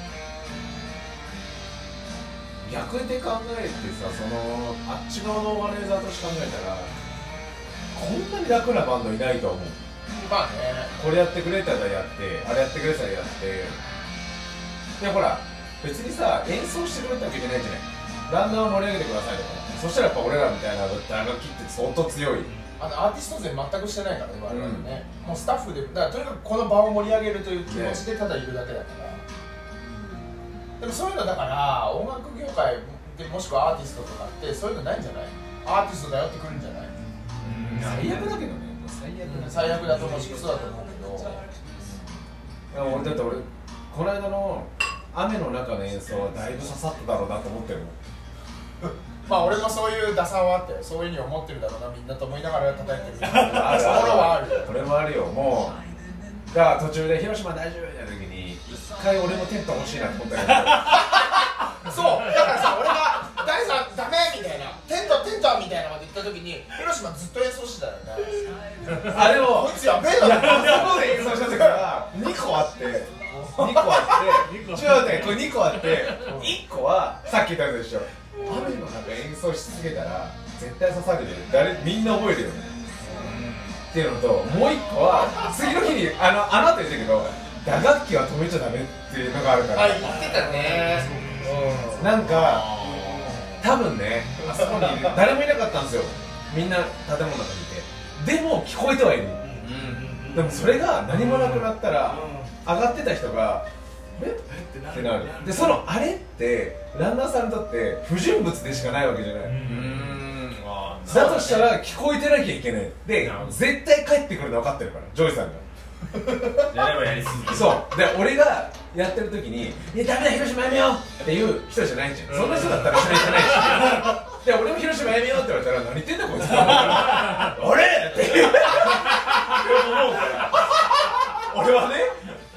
逆で考えてさ、そのあっち側のオーガナイザーとして考えたらこんなに楽なバンドいないと思う。 まあね、 これやってくれたらやって、あれやってくれたらやって。いやほら別にさ演奏してくれたわけじゃないじゃない。ランナーを盛り上げてくださいとか、そしたらやっぱ俺らみたいな打楽器って相当強い。 あのアーティスト勢全くしてないからね、我々ね、うん、もうスタッフで、だからとにかくこの場を盛り上げるという気持ちでただいるだけだから、ね、でもそういうのだから音楽業界でもしくはアーティストとかってそういうのないんじゃない？アーティストだよってくるんじゃない？ 最悪だけどね。最悪だ、うん、最悪だと思うし、クソだと思うけど。 いや俺だって俺この間の雨の中の演奏はだいぶ刺さっただろうなと思ってるもん。 まあ俺もそういう打算はあったよ。そういうふうに思ってるだろうなみんなと思いながら叩いてるみたいなところはあるよ。 これもあるよ。もうだから途中で広島大丈夫やった時に一回俺もテント欲しいなと思ったけどそうだからさ、俺が第三ダメみたいな、テントテントみたいなこと言った時に広島ずっと演奏してたよね。 あれもこいつやべえだろ。 そこで演奏した時からにこあってにこあって違うね、これにこあっていっこはさっき言ったやつでしょ。雨の中演奏し続けたら絶対刺さるで、誰みんな覚えるよねっていうのと、もういっこは次の日にあのあの後言ったけど打楽器は止めちゃダメっていうのがあるから。 あ、言ってたね。 うん、なんか多分ねあそこにいる誰もいなかったんですよ、みんな建物の中にいて、でも聞こえてはいる、でもそれが何もなくなったら上がってた人がえってなる。でそのあれってランナーさんにとって不純物でしかないわけじゃない。だとしたら聞こえてなきゃいけない。で絶対帰ってくるの分かってるから、ジョイさんがやればやりすぎる。 そうで俺がやってる時に「いやダメだ広島やめよう」っていう人じゃないじゃん、そんな人だったら一緒に行ってないしで俺も広島やめようって言われたら何言ってんだこいつあれっていう思うから俺はね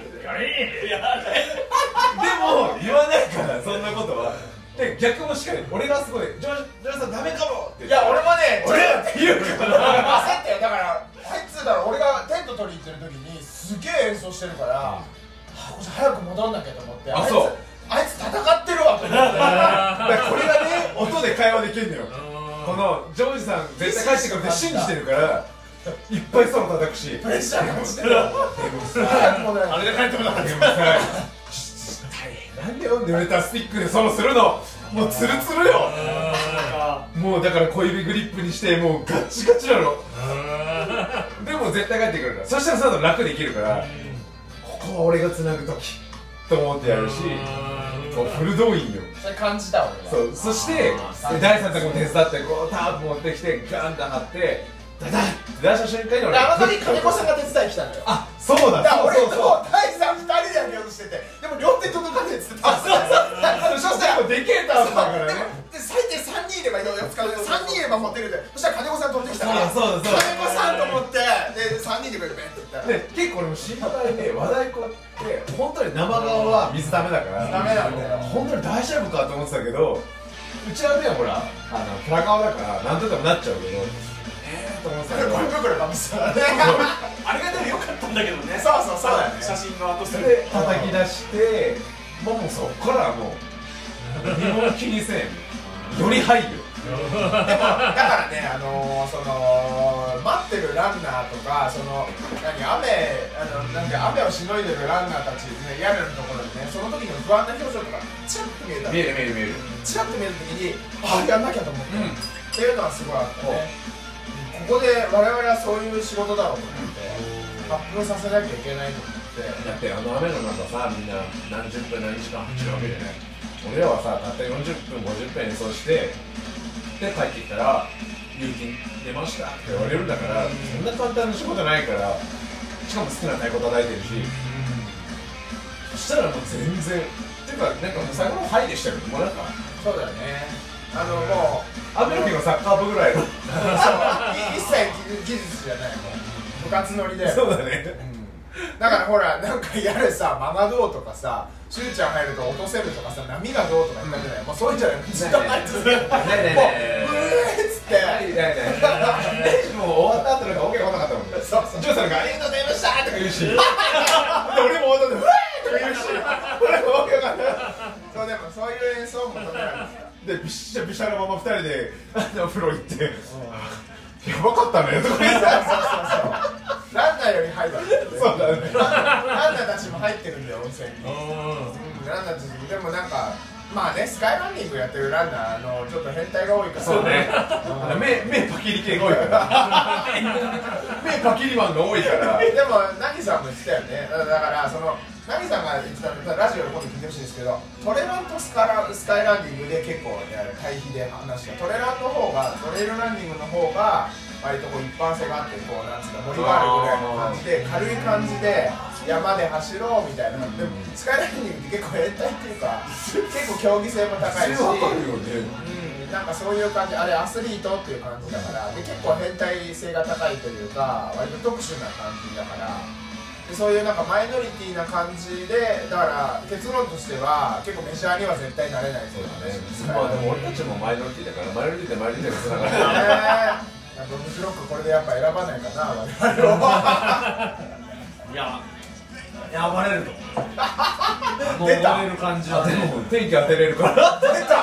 でも言わないからそんなことは。で逆もしっかり俺がすごい「ジョーさんダメかも」っていや俺もね俺って言うから焦ってよ。だからあいつだろ、俺がテント取り行ってる時にすげえ演奏してるから、はあこれ早く戻んなきゃと思って、 あそうあいつ戦ってるわと思ってだからこれがね音で会話できるんだよ。このジョージさん絶対帰ってくるって信じてるからいっぱいソロ叩くしプレッシャーが落ちてる。 でもさ早く戻らない。 あれで帰ってこなかった。 でもさ大変なんだよ、濡れたスティックでソロするのもうツルツルよ。もうだから小指グリップにしてもうガッチガチなの。でも絶対帰ってくるから、そしたらその後楽できるから、ここは俺がつなぐ時と思ってやるし、もうフル動員よ。 それ感じた俺は。 そう、そして第三作も手伝ってこうタープ持ってきてガンと張ってダダッって出した瞬間に俺あの時金子さんが手伝い来たのよ。 あ、そうだ、 だから俺そうそうそうと大さんふたりでやけようとしてて、でも両手届かねえっつってた。 あ、そうそうそう、そしたらでけえタープだからね。 で最低さんにんいればよっつかさんにんいれば持ってるで、そしたら金子さん飛んできたからそうだそうだ金子さんと思ってでさんにんでベルベンって言ったらで結構俺も心配で和太鼓って本当に生側は水ダメだからダメなんだよ。 本当に大丈夫かと思ってたけど、うちはねほらあのプラ側だから何とでもなっちゃうけどえーと思ってたけど、 ゴミ袋が見せたらね。 あれがでも良かったんだけどね。 そうそうそうだよね。 写真の後それで叩き出してもうもうそっからもう何も気にせんより入るよ。 でもだからね、あのー、その待ってるランナーとか、その何雨あのなんか雨をしのいでるランナーたち、ね、屋根のところにね、その時の不安な表情とかチラッと見えたの。 見える見える見える。 チラッと見える時にああやんなきゃと思って、 うんっていうのはすごいあったね。ここで我々はそういう仕事だろうと思って発表させなきゃいけないと思って。 だってあの雨の中さ、みんな何十分何時間走るわけじゃない。俺らはさ、たったよんじゅっぷんごじゅっぷん演奏してで帰ってきたら「勇気出ました」って言われるんだから、そんな簡単な仕事ないから、しかも好きな太鼓叩いてるし、そしたらもう全然っていうか、なんかもう最後のハイでしたけど、もうなんかそうだよね。あのもう雨の日のサッカー部ぐらいのそうい一切技術じゃない、もう部活乗りで。 そうだね。 だからほら、なんかやれさ、間がどうとかさ、しゅうちゃん入ると落とせるとかさ、波がどうとか言ったじゃない、もうそういうんじゃない、ずっと入ってて、もう、うえーっつって、 ないないないもう終わった後なんかオケが来なかったもんね。 そうそう、 ジョーさんが「ありがとうございました」とか言うしで俺も終わったんで「うわー!」とか言うし俺もオケがなそう、でもそういう演奏も求められますから。 でびっしゃびしゃのままふたりであの風呂行って「やばかったね」とか言ってそうそうそう、ランナーより入るわけだよね。 そうだね。 ランナーたちも入ってるんだよ、温泉に。 ううん、ランナーたちも、でもなんか、まあね、スカイランニングやってるランナーのちょっと変態が多いから。 そうね。あの目目パキリ系が多いから目パキリマンが多いからでも、ナギさんも言ってたよね。だから、その、ナギさんが言ってたの、ラジオで今度聞いてほしいんですけど、トレランとスカラスカイランニングで結構、ね、対比で話した。トレランの方が、トレイルランニングの方が、割とこう一般性があって、こう、なんつうか、森があるぐらいの感じで、軽い感じで、山で走ろうみたいな。でも、スカイランニングって結構変態っていうか、結構競技性も高いし。 それわかるよね。 うん、なんかそういう感じ、あれアスリートっていう感じだから、で結構変態性が高いというか、割と特殊な感じだから、でそういうなんかマイノリティな感じで、だから結論としては、結構メジャーには絶対なれないそうだね。 まあでも俺たちもマイノリティだから、マイノリティでマイノリティでつながる。 ねえ、なんかフジロックこれでやっぱ選ばないかな、我々は。 いや選ばれると思う。 出た燃える感じはね。 でも天気当てれるから出た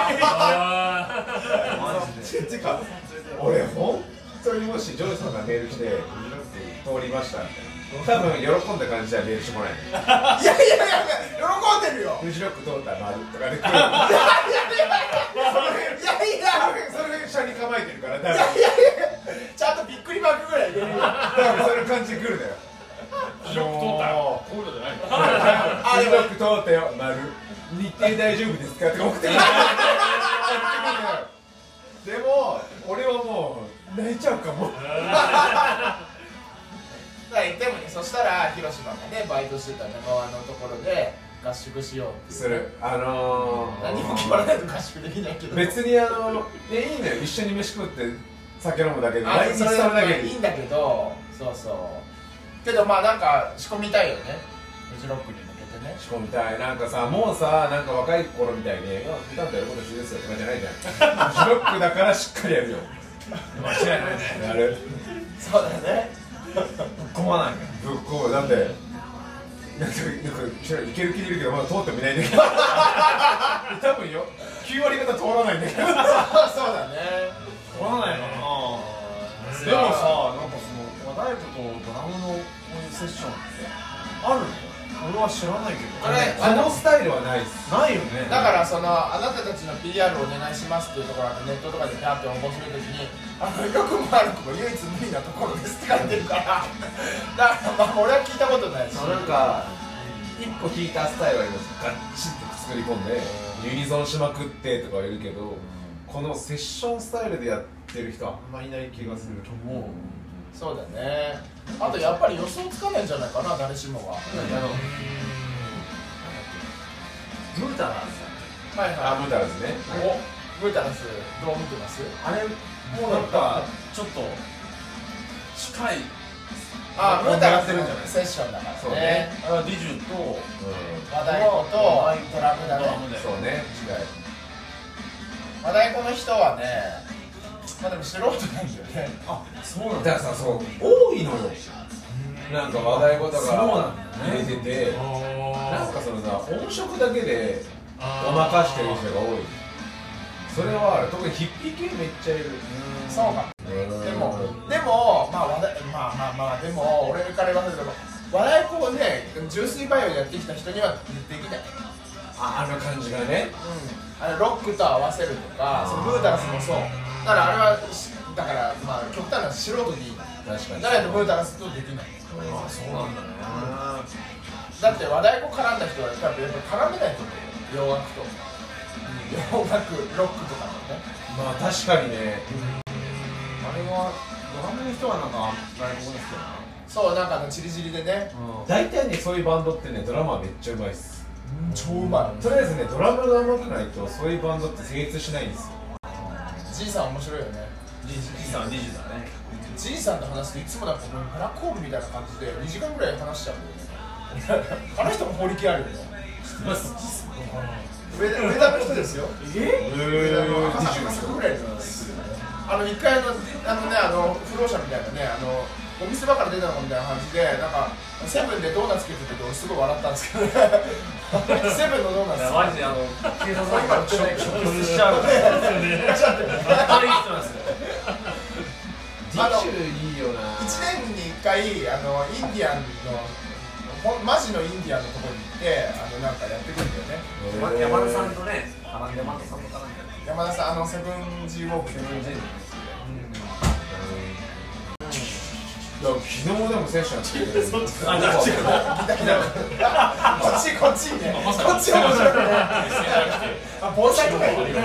マジで。 てか俺本当にもしジョイさんがメール来て通りましたみたいな、多分喜んだ感じではメールしてこない。 いやいやいや、喜んでるよ。 フジロック通ったら丸とかで来る。 いやいやいやいやいやいや分それ感じてくるだよ。 記録通ったよこういうのじゃないのあ、記録通ったよ、丸。日程大丈夫ですかって送ってくる。でも、俺はもう泣いちゃうかも。 でもね、そしたら広島がねバイトしてた中川のところで合宿しようっていうする。あのー、 何も決まらないと合宿できないけど別にあのいやいいのよ、一緒に飯食って酒飲むだけであ来日するだけでいいんだけど、そうそうけどまあなんか仕込みたいよね、フジロックに向けてね。 仕込みたい。なんかさ、もうさ、なんか若い頃みたいに「いや普段とやること一緒ですよ」とかじゃないじゃん。フジロックだからしっかりやるよ。 間違いないねやる。 そうだね。 ぶっ込まない。ぶっ込む。だってなんかなんかいける気でいるけどまだ通ってもいないんだけど多分よきゅう割方通らないんだけど。 そうだね。 通らないかな。でもさ、なんかその和太鼓とドラムのこういうセッションってあるの？俺は知らないけど。 あれあのスタイルはないっす。 ないよね。 だからそのあなたたちの ピーアール お願いしますっていうところでネットとかでピャーって応募するときにあのよくも悪くも唯一無二なところですって書いてるからだからまあ俺は聞いたことないし、 なんか一歩引いたスタイルはガッチリと作り込んでユニゾンしまくってとかはいるけど、このセッションスタイルでやってる人はあんまいない気がすると思う。 そうだね。あとやっぱり予想つかないんじゃないかな、誰しもが。 ムータラーはいあ、 はムータラズね。 い。お、ムータラスどう見てます？ あれもうなんかちょっと近い。 あ、ムータラス狙ってるんじゃないセッションだからそうねね。 あディジュと和太鼓とドラムだね。 そうね、違い。 和太鼓の人はね、まあでも素人なんだよね。 あ、そうなんだ。 だからさ、そう多いのよ。なんか和太鼓とそうなんかだね入れてて、なんかそのさ、音色だけであごまかしてる人が多い。それはある。特にヒッピー系めっちゃいる。 そうか。でも、でも、まあ和太まあまあまあでも俺から言わせると和太鼓をね、純粋バイオでやってきた人にはできない。 あ、あの感じがね。 あのロックと合わせるとか、そのムータラスもそう。だからあれはだからまあ極端な素人でいい。 確かに。 だけどムータラスとできない。 あ、そうなんだね。 だって和太鼓絡んだ人は多分やっぱ絡めないと思うよ、洋楽と。洋楽、ロックとかもね。 まあ確かにね。 あれはドラムの人はなんか外国ですけどね。 そう、なんかあのチリチリでね、 大体ね、そういうバンドってね、ドラマーめっちゃうまいっす。 超うまい。 とりあえずね、ドラムが上手くないとそういうバンドって成立しないんですよ。 じいさん面白いよね。 ジジさんディジだね。 じいさんと話すといつもなんかもうブラックホールみたいな感じでにじかんぐらい話しちゃうんだよね。あの人も法力あるよね。上田上田の人ですよ。 え？ 上田の赤坂ぐらいのあの一回あのあのねあの不老者みたいなねあのお店場から出たのみたいな感じでなんかセブンでドーナツつけてて俺すごい笑ったんですけどね。セブンのドーナツ。 マジであの警察官が食食しちゃう。 ちゃってる。 あれいい人なんですよ。 ディッシュいいよな。 いちねんにいっかいあのインディアンのほんマジのインディアンのところに行ってあのなんかやってくんだよね。 山田さんとね、山田さんとかなんか山田さんあのセブンジーウォークセブンジー昨日でもセッションしてる。 あ、じゃあ違う。 こっちこっちね。こっち面白いね。あ、防災とか言うよ。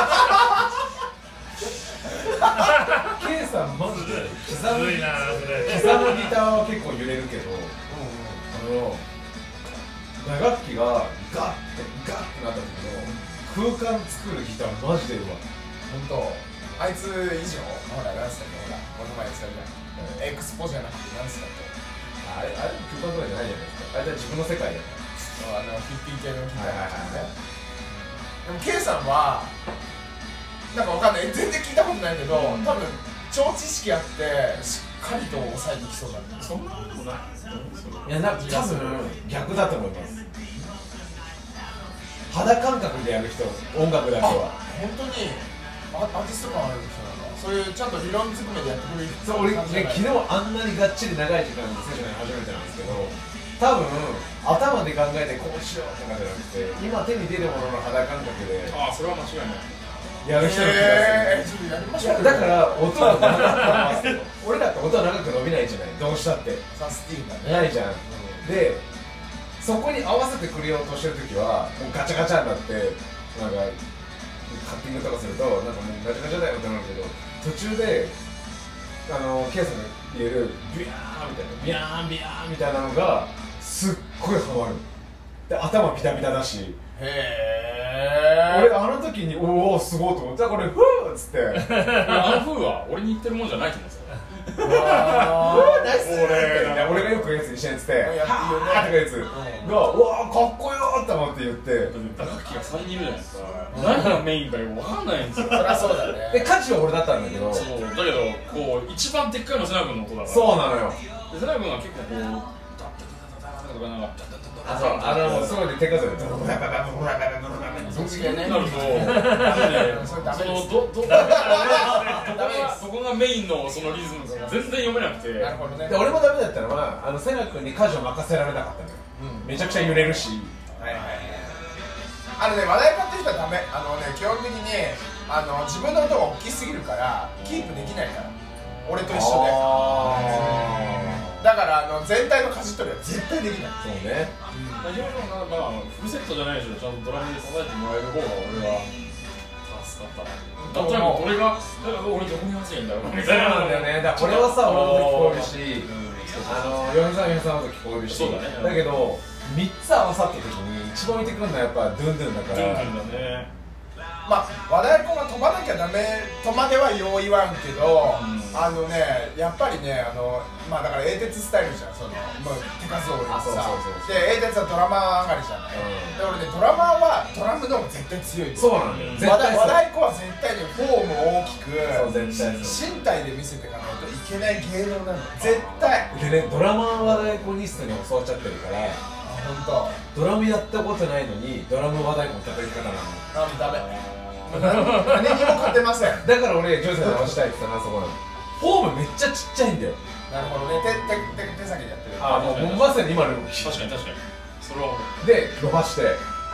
ケイさんマジです刻むごいなそれ。 刻むギターは結構揺れるけど、あの打楽器がガッてガッてなった時の空間作るギターマジでうまい。 本当。あいつ以上ほら何つったっけほらこの前言ってたじゃん。エクスポじゃなくて何つったっけ。 あれあれ空間とかじゃないじゃないですか。あれは自分の世界だかあのヒッピー系のギターはいはいはいね。でも K さんはなんかわかんない全然聞いたことないけど、多分超知識あってしっかりと抑えてきそうだね。そんなこともない。 ら。いやなんか多分逆だと思います。肌感覚でやる人、音楽だけは。 本当にアアーティスト感ある人なんだ。そういうちゃんと理論ずくめでやってくれる人。 そう俺ね昨日あんなにがっちり長い時間でセッション初めてなんですけど、多分頭で考えてこうしようとかじゃなくて今手に出るものの肌感覚でああ、それは間違いない。 やる人の気がえー、ちょっとやりましょうよ。 するだから音が長く伸ばす俺だって音は長く伸びないじゃない、どうしたってサスティーンだね。 ないじゃん、でそこに合わせてくれようとしてるときはもうガチャガチャになってなんかカッティングとかするとなんかもうガチャガチャだよってなるけど、途中であのケースに入れるビヤーみたいなビヤーンビヤーンみたいなのがすっごいハマる。で頭ビタビタだし、 へ俺あの時におおすごいと思ってこれフーっつってあの風は俺に言ってるもんじゃないと思うんですよ。 あナイス俺俺がよく言うやつに一緒にやっててやってるよねはーってやつがうわーかっこよーって思って言って打楽器がさんにんいるじゃないですか。何がメインかよくわかんないんですよ。 そりゃそうだね。 で価値は俺だったんだけど、 そうだけどこう一番でっかいの瀬名君の音だから。 そうなのよ。 で瀬名君は結構こうダッダッダッダッダッとかなんかあそうあのすごいで手数でそっちがね。 なると、 それダメそです。 のどどダメですそこがメインのそのリズムが全然読めなくて。 なるほどね。 で俺もダメだったのはあのセナ君に舵を任せられなかったのよ、 うんめちゃくちゃ揺れるし、 はいはいはい。あのね、話題買ってる人はダメ。あのね、基本的にあの自分の音が大きすぎるからキープできないから。俺と一緒で。だからあの全体の舵取りは絶対できない。 そうね。 まあ、まあ、フルセットじゃないでしょ、ちゃんとドラムで支えてもらえる方が俺は助かったな。だからこれが、だから俺どこに合わせばいいんだろうみそうたいな。 なんだよね。だからこれはさ俺の音聞こえるし、あのヨヘさんヨヘさんの音聞こえるし、 そうだねだけどみっつ合わさった時に一番置いてくるのはやっぱドゥンドゥンだかドゥンら。 ドゥンだね。 まあ和太鼓が飛ばなきゃダメとまではよう言わんけど、 うんあのねやっぱりねあのまあだから英鉄スタイルじゃん、そのもう手数多いしさ。 あそうそうそうそうで英鉄はドラマー上がりじゃない。 うんで俺ねドラマーはドラムの方が絶対強い。 そうなんだよ。絶和対太和太鼓は絶対にフォームを大きくそう絶対そう。 身体で見せていかないといけない芸能なの絶対。 でねドラマー和太鼓ニストに教わっちゃってるから、 あ本当。 ドラムやったことないのにドラム和太鼓の叩き方なの。 あダメ。何何にも勝てません。 だから俺ジョイさんに合わせたいって言ったのはそこなの。フォームめっちゃちっちゃいんだよ。 なるほどね。手手手手先でやってる。 あもうもうまさに今の動き確かに確かに。それはで伸ばして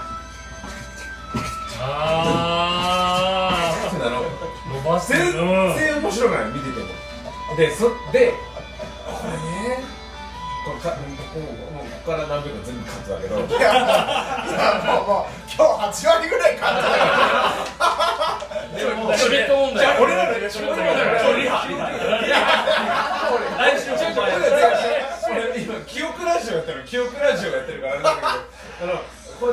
あってなの。 ー伸ばして全るうん然面白くない見てても。でそでこれねこれかもうもうここから何秒か全部カットだけど。 いやもうもうもう今日はち割ぐらい勝ったよ。 チョレット問題。 じゃあ俺らのチョレット問題。 リハ来週ちょっと俺今記憶ラジオやってる記憶ラジオやってるからあれだけど、あのこう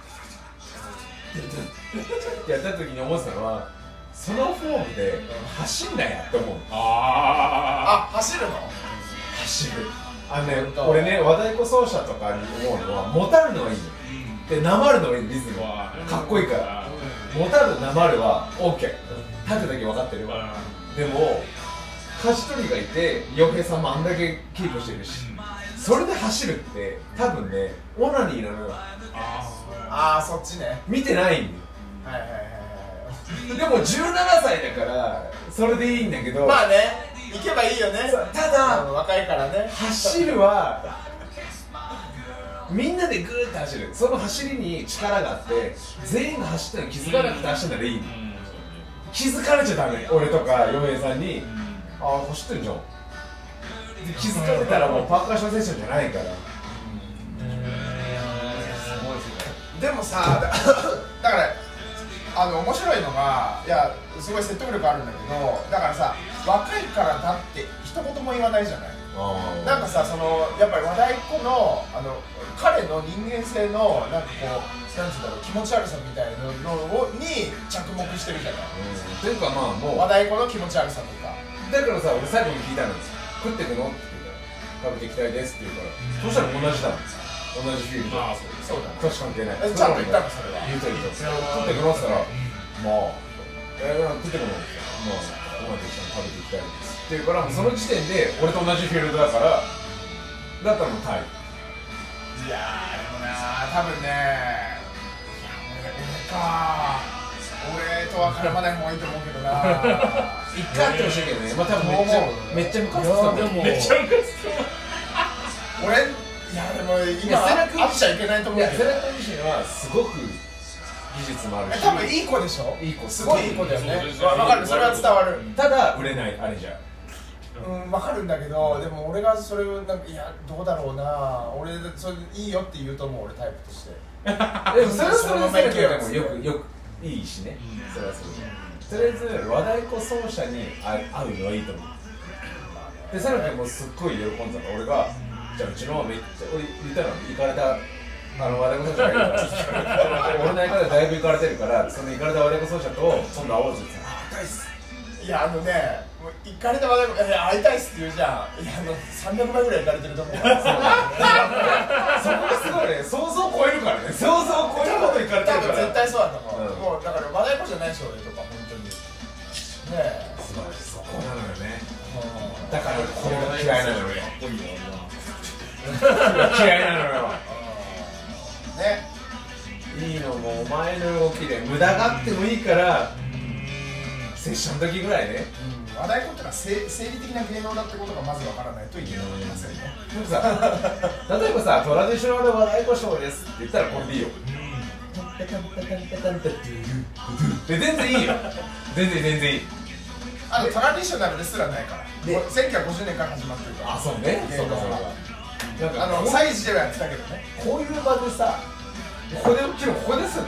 やってやった時に思ってたのはそのフォームで走んなやって思う。 ああ走るの？ 走るあのね本当俺ね和太鼓奏者とかに思うのは持たるのはいいのでなまるのはいいのリズムわかっこいいから持たるなまるは OK 立てだけ分かってるわ。でも舵取りがいて洋平さんもあんだけキープしてるしそれで走るって多分ねオナニーなのよ。 ああそっちね。 見てないんはいはいはいはい。 でもじゅうななさいだからそれでいいんだけど、 まあね行けばいいよね。 ただうん若いからね。 走るはみんなでグーって走るその走りに力があって全員が走ったのに気づかなくて走ったならいいの。気づかれちゃダメ。俺とか洋平さんにああ走ってるじゃんで気づかれたらもうパーカッションセッションじゃないから。 でもさだだからあの面白いのがいやすごい説得力あるんだけどだからさ若いからだって一言も言わないじゃない。なんかさそのやっぱり和太鼓のあの彼の人間性のなんかこうなんつうんだろう気持ち悪さみたいなのをに着目してるじゃない。 うん、というかまあもう和太鼓の気持ち悪さとか。 だからさ俺最後に聞いたの食ってくのって言うから食べていきたいですって言うからそしたら同じだもん同じフィールドそうだね。 年関係ないえちゃんと言ったのそれは。 言うと言うと食ってくのって言ったらまあえー、食ってくのってまあここまで一緒に食べていきたいですって言うからもうその時点で俺と同じフィールドだからだったらもうタイ。 いやーでもなー多分ねいや俺俺か俺とは絡まない方がいいと思うけどなー一回会ってほしいけどねまあ多分めっちゃめっちゃムカつくと思う。 でもめっちゃムカつく。 俺いやでもい今やセナ君会っちゃいけないと思うけど。 いやセナ君自身はすごく技術もあるし、 多分いい子でしょ。 いい子すごいいい子だよね。 そうわかる、それは伝わる。 ただ売れないあれじゃん。 うん、わかるんだけど、でも俺がそれをなんかいやどうだろうな、俺それいいよって言うと思う、俺タイプとして。 でもそれはそれでそのまま行けよでもよくよくいいしね。それはそれで。とりあえず和太鼓奏者に会うのはいいと思う。でサラ君もすっごい喜んだの。俺がじゃあうちのめっちゃ俺言ったの行かれたあの和太鼓奏者がいるから俺の相方でだいぶ行かれてるからその行かれた和太鼓奏者と今度会おうぜって言ったら会いたいっす。 いやあのね、もう行かれた話題、え会いたいっすって言うじゃん。いやあのさんびゃくばいぐらい行かれてると思うからそこがすごいね、想像を超えるからね。想像を超えること行かれてるから多分絶対そうだと思う、 うんもうだから和太鼓じゃないし俺とか本当にねえ、 素晴らしい。そこなのよね。 うんだからこれが嫌いなのよ。 かっこいいな嫌いなのよ。 ね、 いいのもお前の動きで無駄があってもいいからセッションの時ぐらいね。 うん、和太鼓ってのは生生理的な芸能だってことがまずわからないといけませんね。 でもさ、例えばさ、トラディショナル和太鼓ショーですって言ったらこれでいいよ。で全然いいよ。全然全然いい。 あのトラディショナルですらないからでせんきゅうひゃくごじゅうねんから始まってるから。 あ、そうね。そうかそうか。なんかあの祭事ではやってたけどね。 こういう場でさ、ここで起きるここですよね。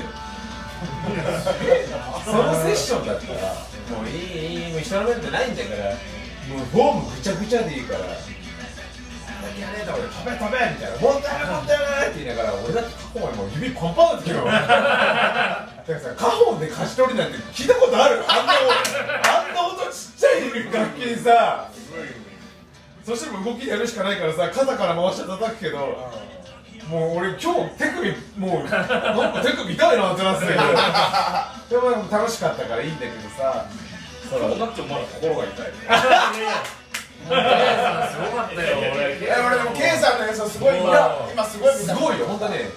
そのセッションだったらもういいいいもう人の目ってないんだからもうフォームぐちゃぐちゃでいいから何やねえだ俺食べ食べみたいなもったいないもったいないって言いながら俺だって過去にもう指パンパンだったよだからさカホンで貸し取りなんて聞いたことあるあんなあんな音ちっちゃい楽器にさそしても動きでやるしかないからさ肩から回して叩くけどもう俺今日手首もうなんか手首痛いなってなってたけどでも楽しかったからいいんだけどさ今日なってもまだ心が痛いすごかったよ俺。 え俺でもケイさんの演奏すごい今今すごい見た。 すごいよ本当ね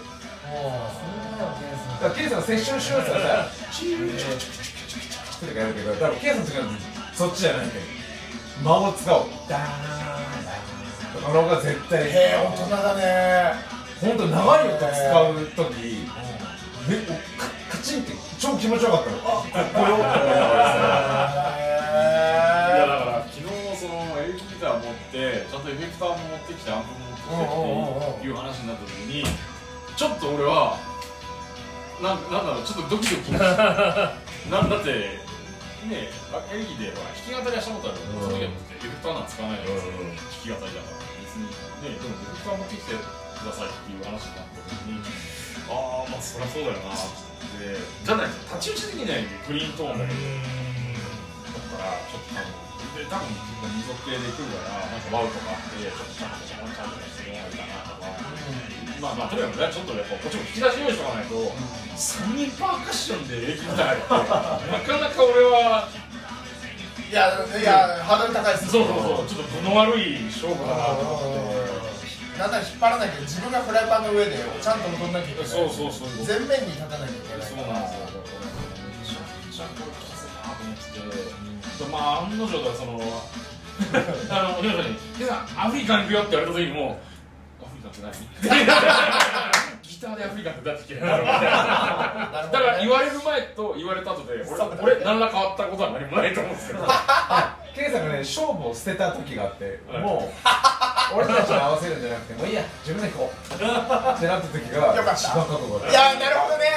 だからケイさんのセッションしようって言ったらさチーチュチュチュチュチュチュとかやるけど多分ケイさんの時はそっちじゃないんだよ間を使おうダーンダーンとかの方が絶対へえ大人だね。 本当長い音使うとき、ね、カチンって超気持ちよかったの。あ、かっこよって思いながらいやだから昨日そのエレキギター持ってちゃんとエフェクターも持ってきてアンプも持ってきてっていう話になった時にちょっと俺はなんなんだろうちょっとドキドキなんだってねエレキでほら弾き語りはしたことある、その時はエフェクターなんか使わないじゃないですか、弾き語りだから別にねでもエフェクター持ってきてくださいっていう話になった時にああまあそりゃそうだよなってじゃないと太刀打ちできないクリーントーンだけどだからちょっと多分で多分民族系で来るからなんかワウとかあってちょっとちゃんとちゃんとちゃんとしてもらえたなとか、まあまあとにかくねちょっとやっぱこっちも引き出し用意しとかないとさんにんパーカッションでエレキギターってなかなか俺はいやいやハードル高いです。 そうそうそうちょっと分の悪い勝負だなと思って。 なんなら引っ張らなきゃ自分がフライパンの上でちゃんと踊んなきゃいけない。 そうそうそう前面に立たなきゃいけない。 そうなんですよ。めちゃくちゃこれきついなと思ってて、まあ案の定だそのあのお嬢さんに「でさアフリカに行くよ」って言われた時にもう「アフリカって何？」ギターでアフリカってだって聞けないだから言われる前と言われた後で俺俺何ら変わったことは何もないと思うんですけど。 ケイさんがね勝負を捨てた時があってもう俺たちに合わせるんじゃなくてもういいや自分で行こうってなった時がよかった一番覚悟だった。 いやなるほどね。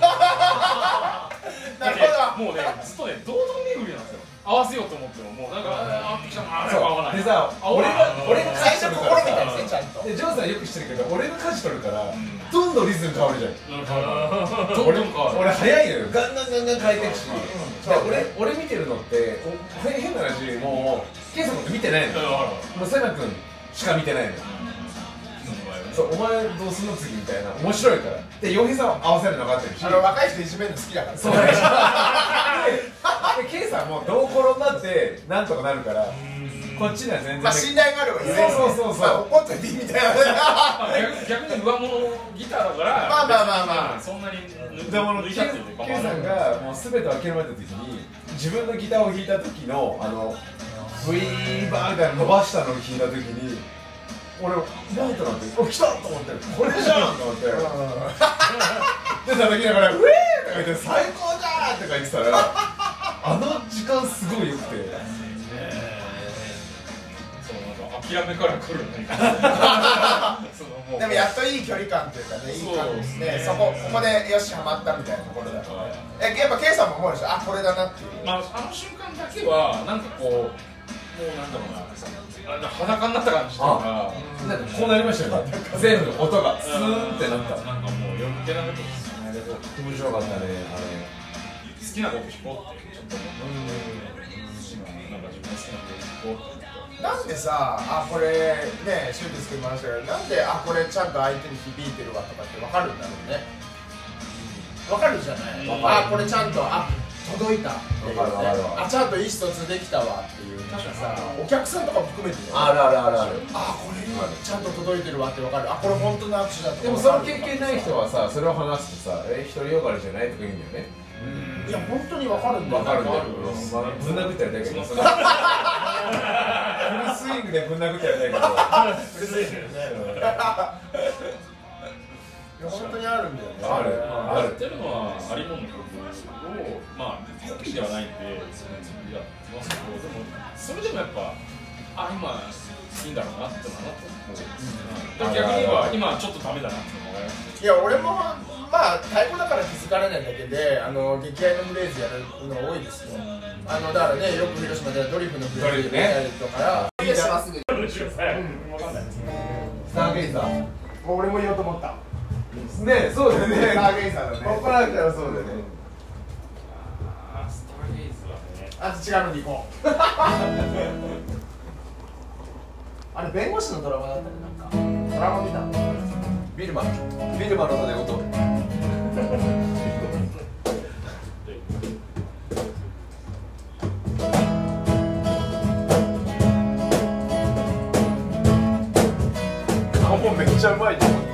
なるほど。 もうねずっとね堂々巡りなんですよ。合わせようと思ってももうなんかあってきたのあれそう合わない。 でさ俺が俺が最初心みたいらですねちゃんと。 でジョーさんよく知ってるけど俺が舵取るからどんどんリズム変わるじゃん。 どんどん変わる。 俺早いのよガンガンガンガン変えていくし、 そうで俺俺見てるのってこれ変な話もうケイさんのこと見てないのよ。もうセナ君しか見てないのよ。そうお前どうすんの次みたいな面白いからで洋平さんは合わせるの分かってるしあの若い人いじめるの好きだから。 そうねでケイさんもどう転んだってなんとかなるからこっちには全然まあ信頼があるわけね。 そうそうそうそうまあ怒っといていいみたいな。 逆逆に上物ギターだからまあまあまあまあそんなにでもケイ抜いちゃっててケイさんがもう全てを諦めた時に自分のギターを弾いた時のあのブイーバーみたいな伸ばしたのを弾いた時に俺バーッとなって「お来た!」と思って「これじゃん!」と思ってで叩きながら「ウェー!」とかで最高じゃんとか言ってたらあの時間すごい良くてそうなんか諦めから来る何かそのもうでもやっといい距離感というかね、いい感じですね。そこここでよしハマったみたいなところだとね。えやっぱケイさんも思うでしょ。あこれだなっていう。 まああの瞬間だけはなんかこうもうなんだろうなあの裸になった感じというかなんかこうなりましたよね全部音がスーンってなったなんかもう余計なこと面白かったねあれ好きなこと聞こうってちょっと思ってなんか自分の好きなこと聞こうってなんでさあこれねシュート作りましたけどなんであこれちゃんと相手に響いてるわとかって分かるんだろうね。分かるじゃない。あこれちゃんとあ届いたっていうね。あちゃんと意思疎通できたわっていう。確かさお客さんとかも含めてね。 あるあるあるあるあこれ今ちゃんと届いてるわって分かる。あこれ本当の握手だと。 でもその経験ない人はさそれを話すとさえ独りよがりじゃないとか言うんだよね。 いや本当に分かるんだよ。 分かるんだよぶん殴ってやりたいけどフルスイングでぶん殴ってやりたいけどフルスイングね本当にあるんだよね。 あるあるっていうのはありもんの曲をまあコピーではないんでやってますけどでもそれでもやっぱあ今いいんだろうなってのはなと思う。逆には今ちょっとダメだなってのも分かります。 いや俺もまあ太鼓だから気づかれないだけであの激愛のフレーズやるの多いですよ。あのだからねよく広島でドリフのフレーズやったりとかいいですまっすぐ。 分かんないですスターゲイザー俺も言おうと思った。 ねそうだよねスターゲイザーだね。 ここから来たらそうだよねあスターゲイズはねあと違うのに行こう。あれ弁護士のドラマだったねなんかドラマ見た。 ビルマビルマの寝言顔めっちゃうまいじゃん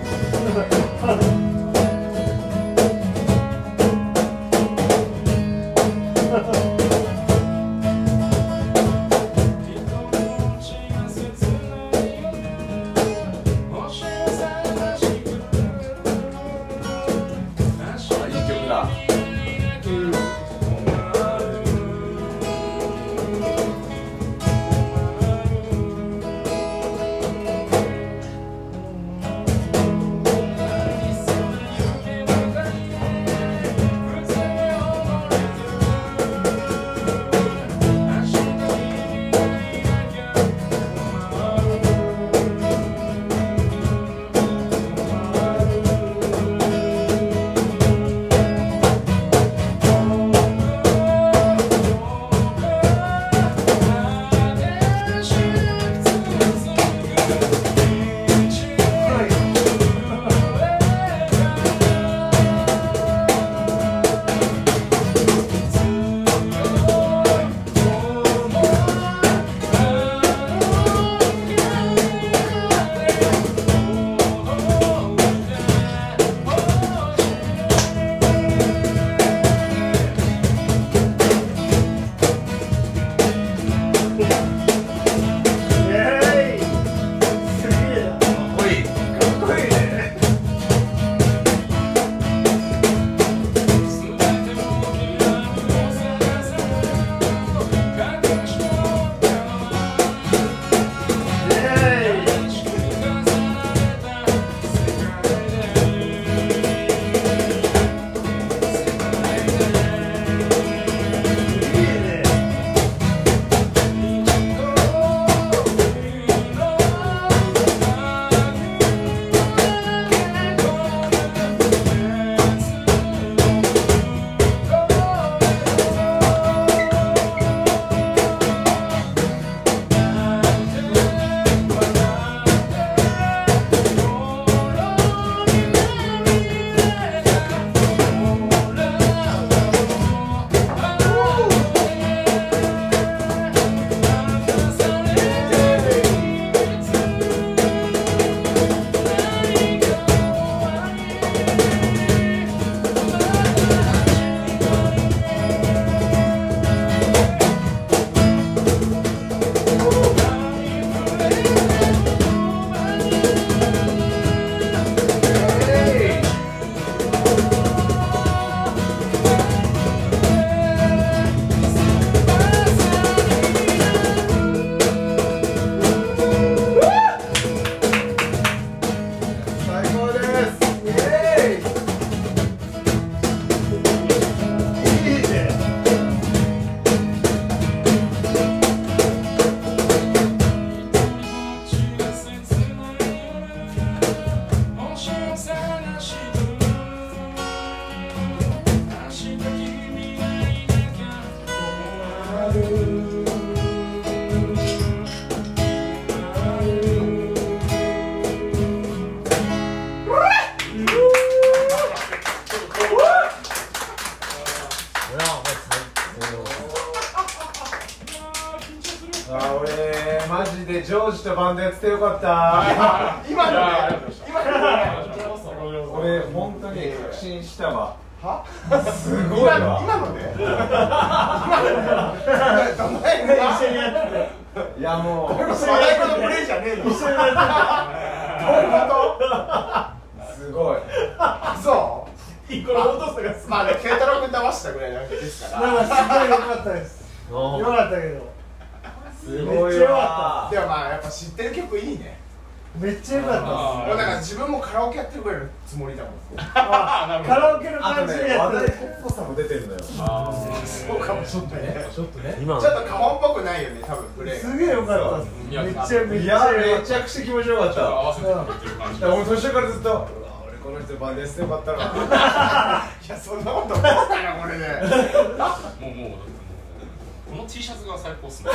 ジョージとバンドやっててよかった今のね今のね俺本当に確信したわはすごいわ今のね今のねどの辺が一緒にやっていやもう笑い子のプレイじゃねえの一緒にやってどういうことすごいそういいこの音すがすまあね慶太郎君騙したぐらいなんですからなんかすごい良かったですよかったけどすごいめっちゃ良わでもまあやっぱ知ってる曲いいねめっちゃ良かったもうなんか自分もカラオケやってるぐらいのつもりだもんあカラオケのあと感じね話題でやってっぽさも出てるのよそうかもしれないねちょっとねちょっとカホンっぽくないよね多分プレイすげえ良かったですいやめっちゃめっいやちゃ良かっめちゃくちゃ気持ちよかった合わせてくれてる感じいや俺途中からずっとうわ俺この人バンドやっててよかったないやそんなこと思ったなこれでもうもうだってもうこの T シャツが最高っすね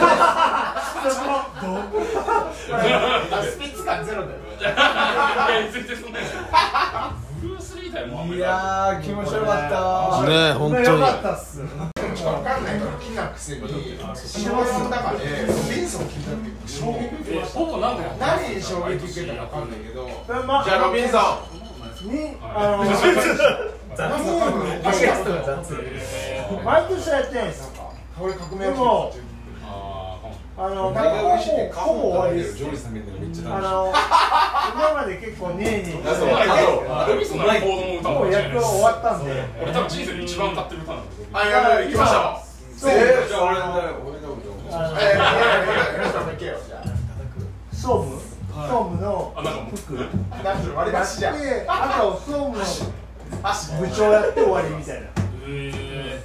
スピッツ感ゼロだよいや全然そんなやつブルース・リー対モハメいドやー気持ちよかったねた良かったっすわかんないから気なくせに仕事の中でビンソン聞いた時衝撃受けましたほぼなんかやって何に衝撃受けたかわかんないけどまじゃあロビンソにあの雑毎年やってないですこれ革命でもあーあの大学石でほぼ終わりですジョージさん見るのめっちゃあの今まで結構ねえにあそうあロビンソンのコードも歌うもうかもしれない役は終わったんで俺多分人生で一番歌ってる歌なんだけどあやる行きましょうそうえーじゃあ俺だ俺だあのえー、いやいやいや、行けよ、じゃ総務総務のあなんかもう服あ。なんで割りやっ箸じゃん。 てあと総務の箸部長やって終わりみたいなえ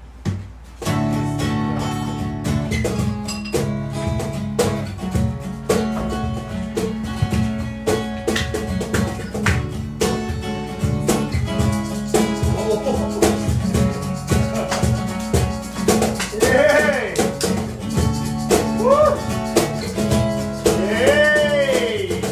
イエーイウーイエーイ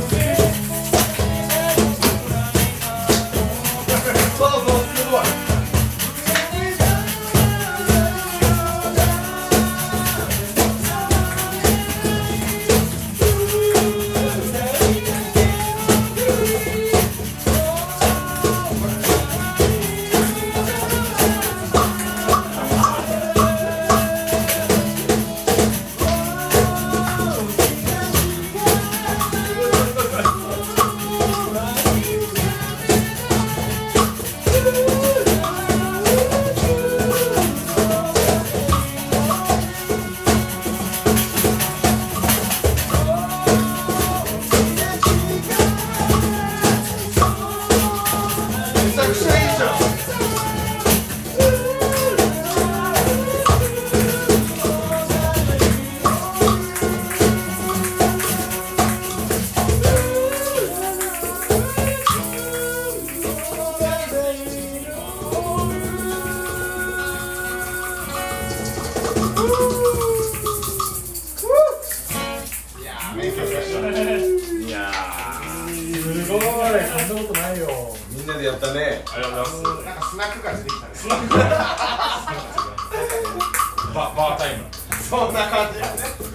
すごいったね。 ありがとうございます。 なんかスナック感出てきたね。 ババータイム。 そんな感じやね。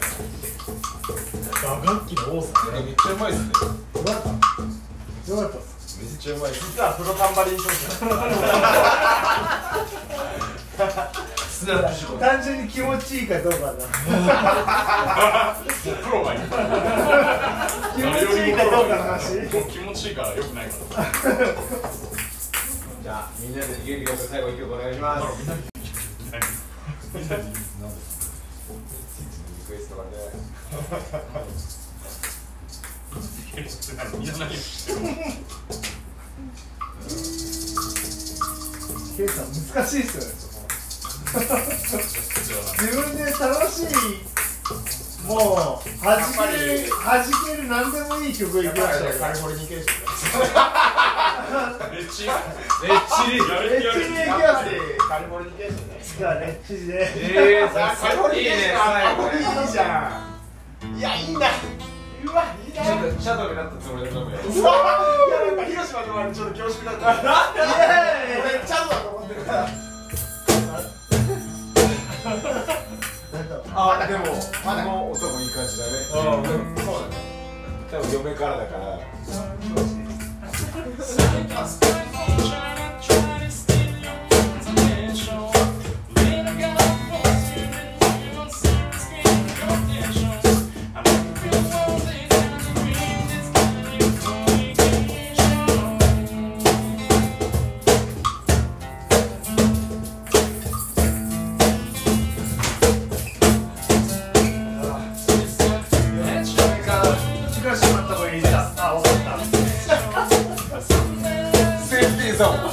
打楽器の多さね。 めっちゃうまいっすね。 よかったよかっためっちゃうまいっす。 実はプロタンバリン少女。 スナップ仕事。 単純に気持ちいいかどうかだもうプロがいる。 気持ちいいかどうかの話。 もう気持ちいいから良くないから。 じゃあみんなで逃げる曲最後一曲お願いします。リクエストがね。 みんな何をしてるの？ ケイさん難しいっすよね、そこ自分で楽しい、もう弾ける弾ける何でもいい曲いきましたよ。 カリフォルニケーション。 レッチレッチリ。 やるレッチリでいきますカリフォルニケーションね。 じゃあレッチリで。 ええ、 カリフォルニケーション最後いいじゃん。いやいいな。うわいいな。 ちょっとシャドウになったつもりだったのよ。 うわいやなんか広島の周りちょっと恐縮だった。 イエーイ俺ちゃうだと思ってるから。 あ、でもまだこの音もいい感じだね。うん、そうだね。多分嫁からだから。セーフティーゾーン。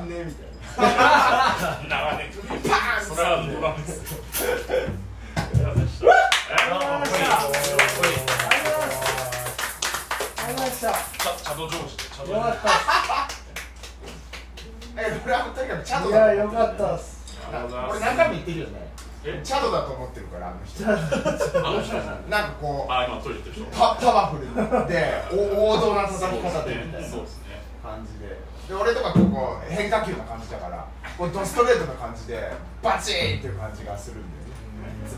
んねみたいな長年パーンそれはドラムですありがとうございましたありがとうございましたチャドジョージチャドジョージよかったっえ俺はとにかくチャドすいだやよかったっす俺何回も言ってるよねえチャドだと思ってるからあの人あの人なんかこうあ今トイレ行ってる人パパワフルでお王道な叩き方でみたいなそうですね感じでで俺とかここ変化球な感じだからこうドストレートな感じでバチーンっていう感じがするんだよね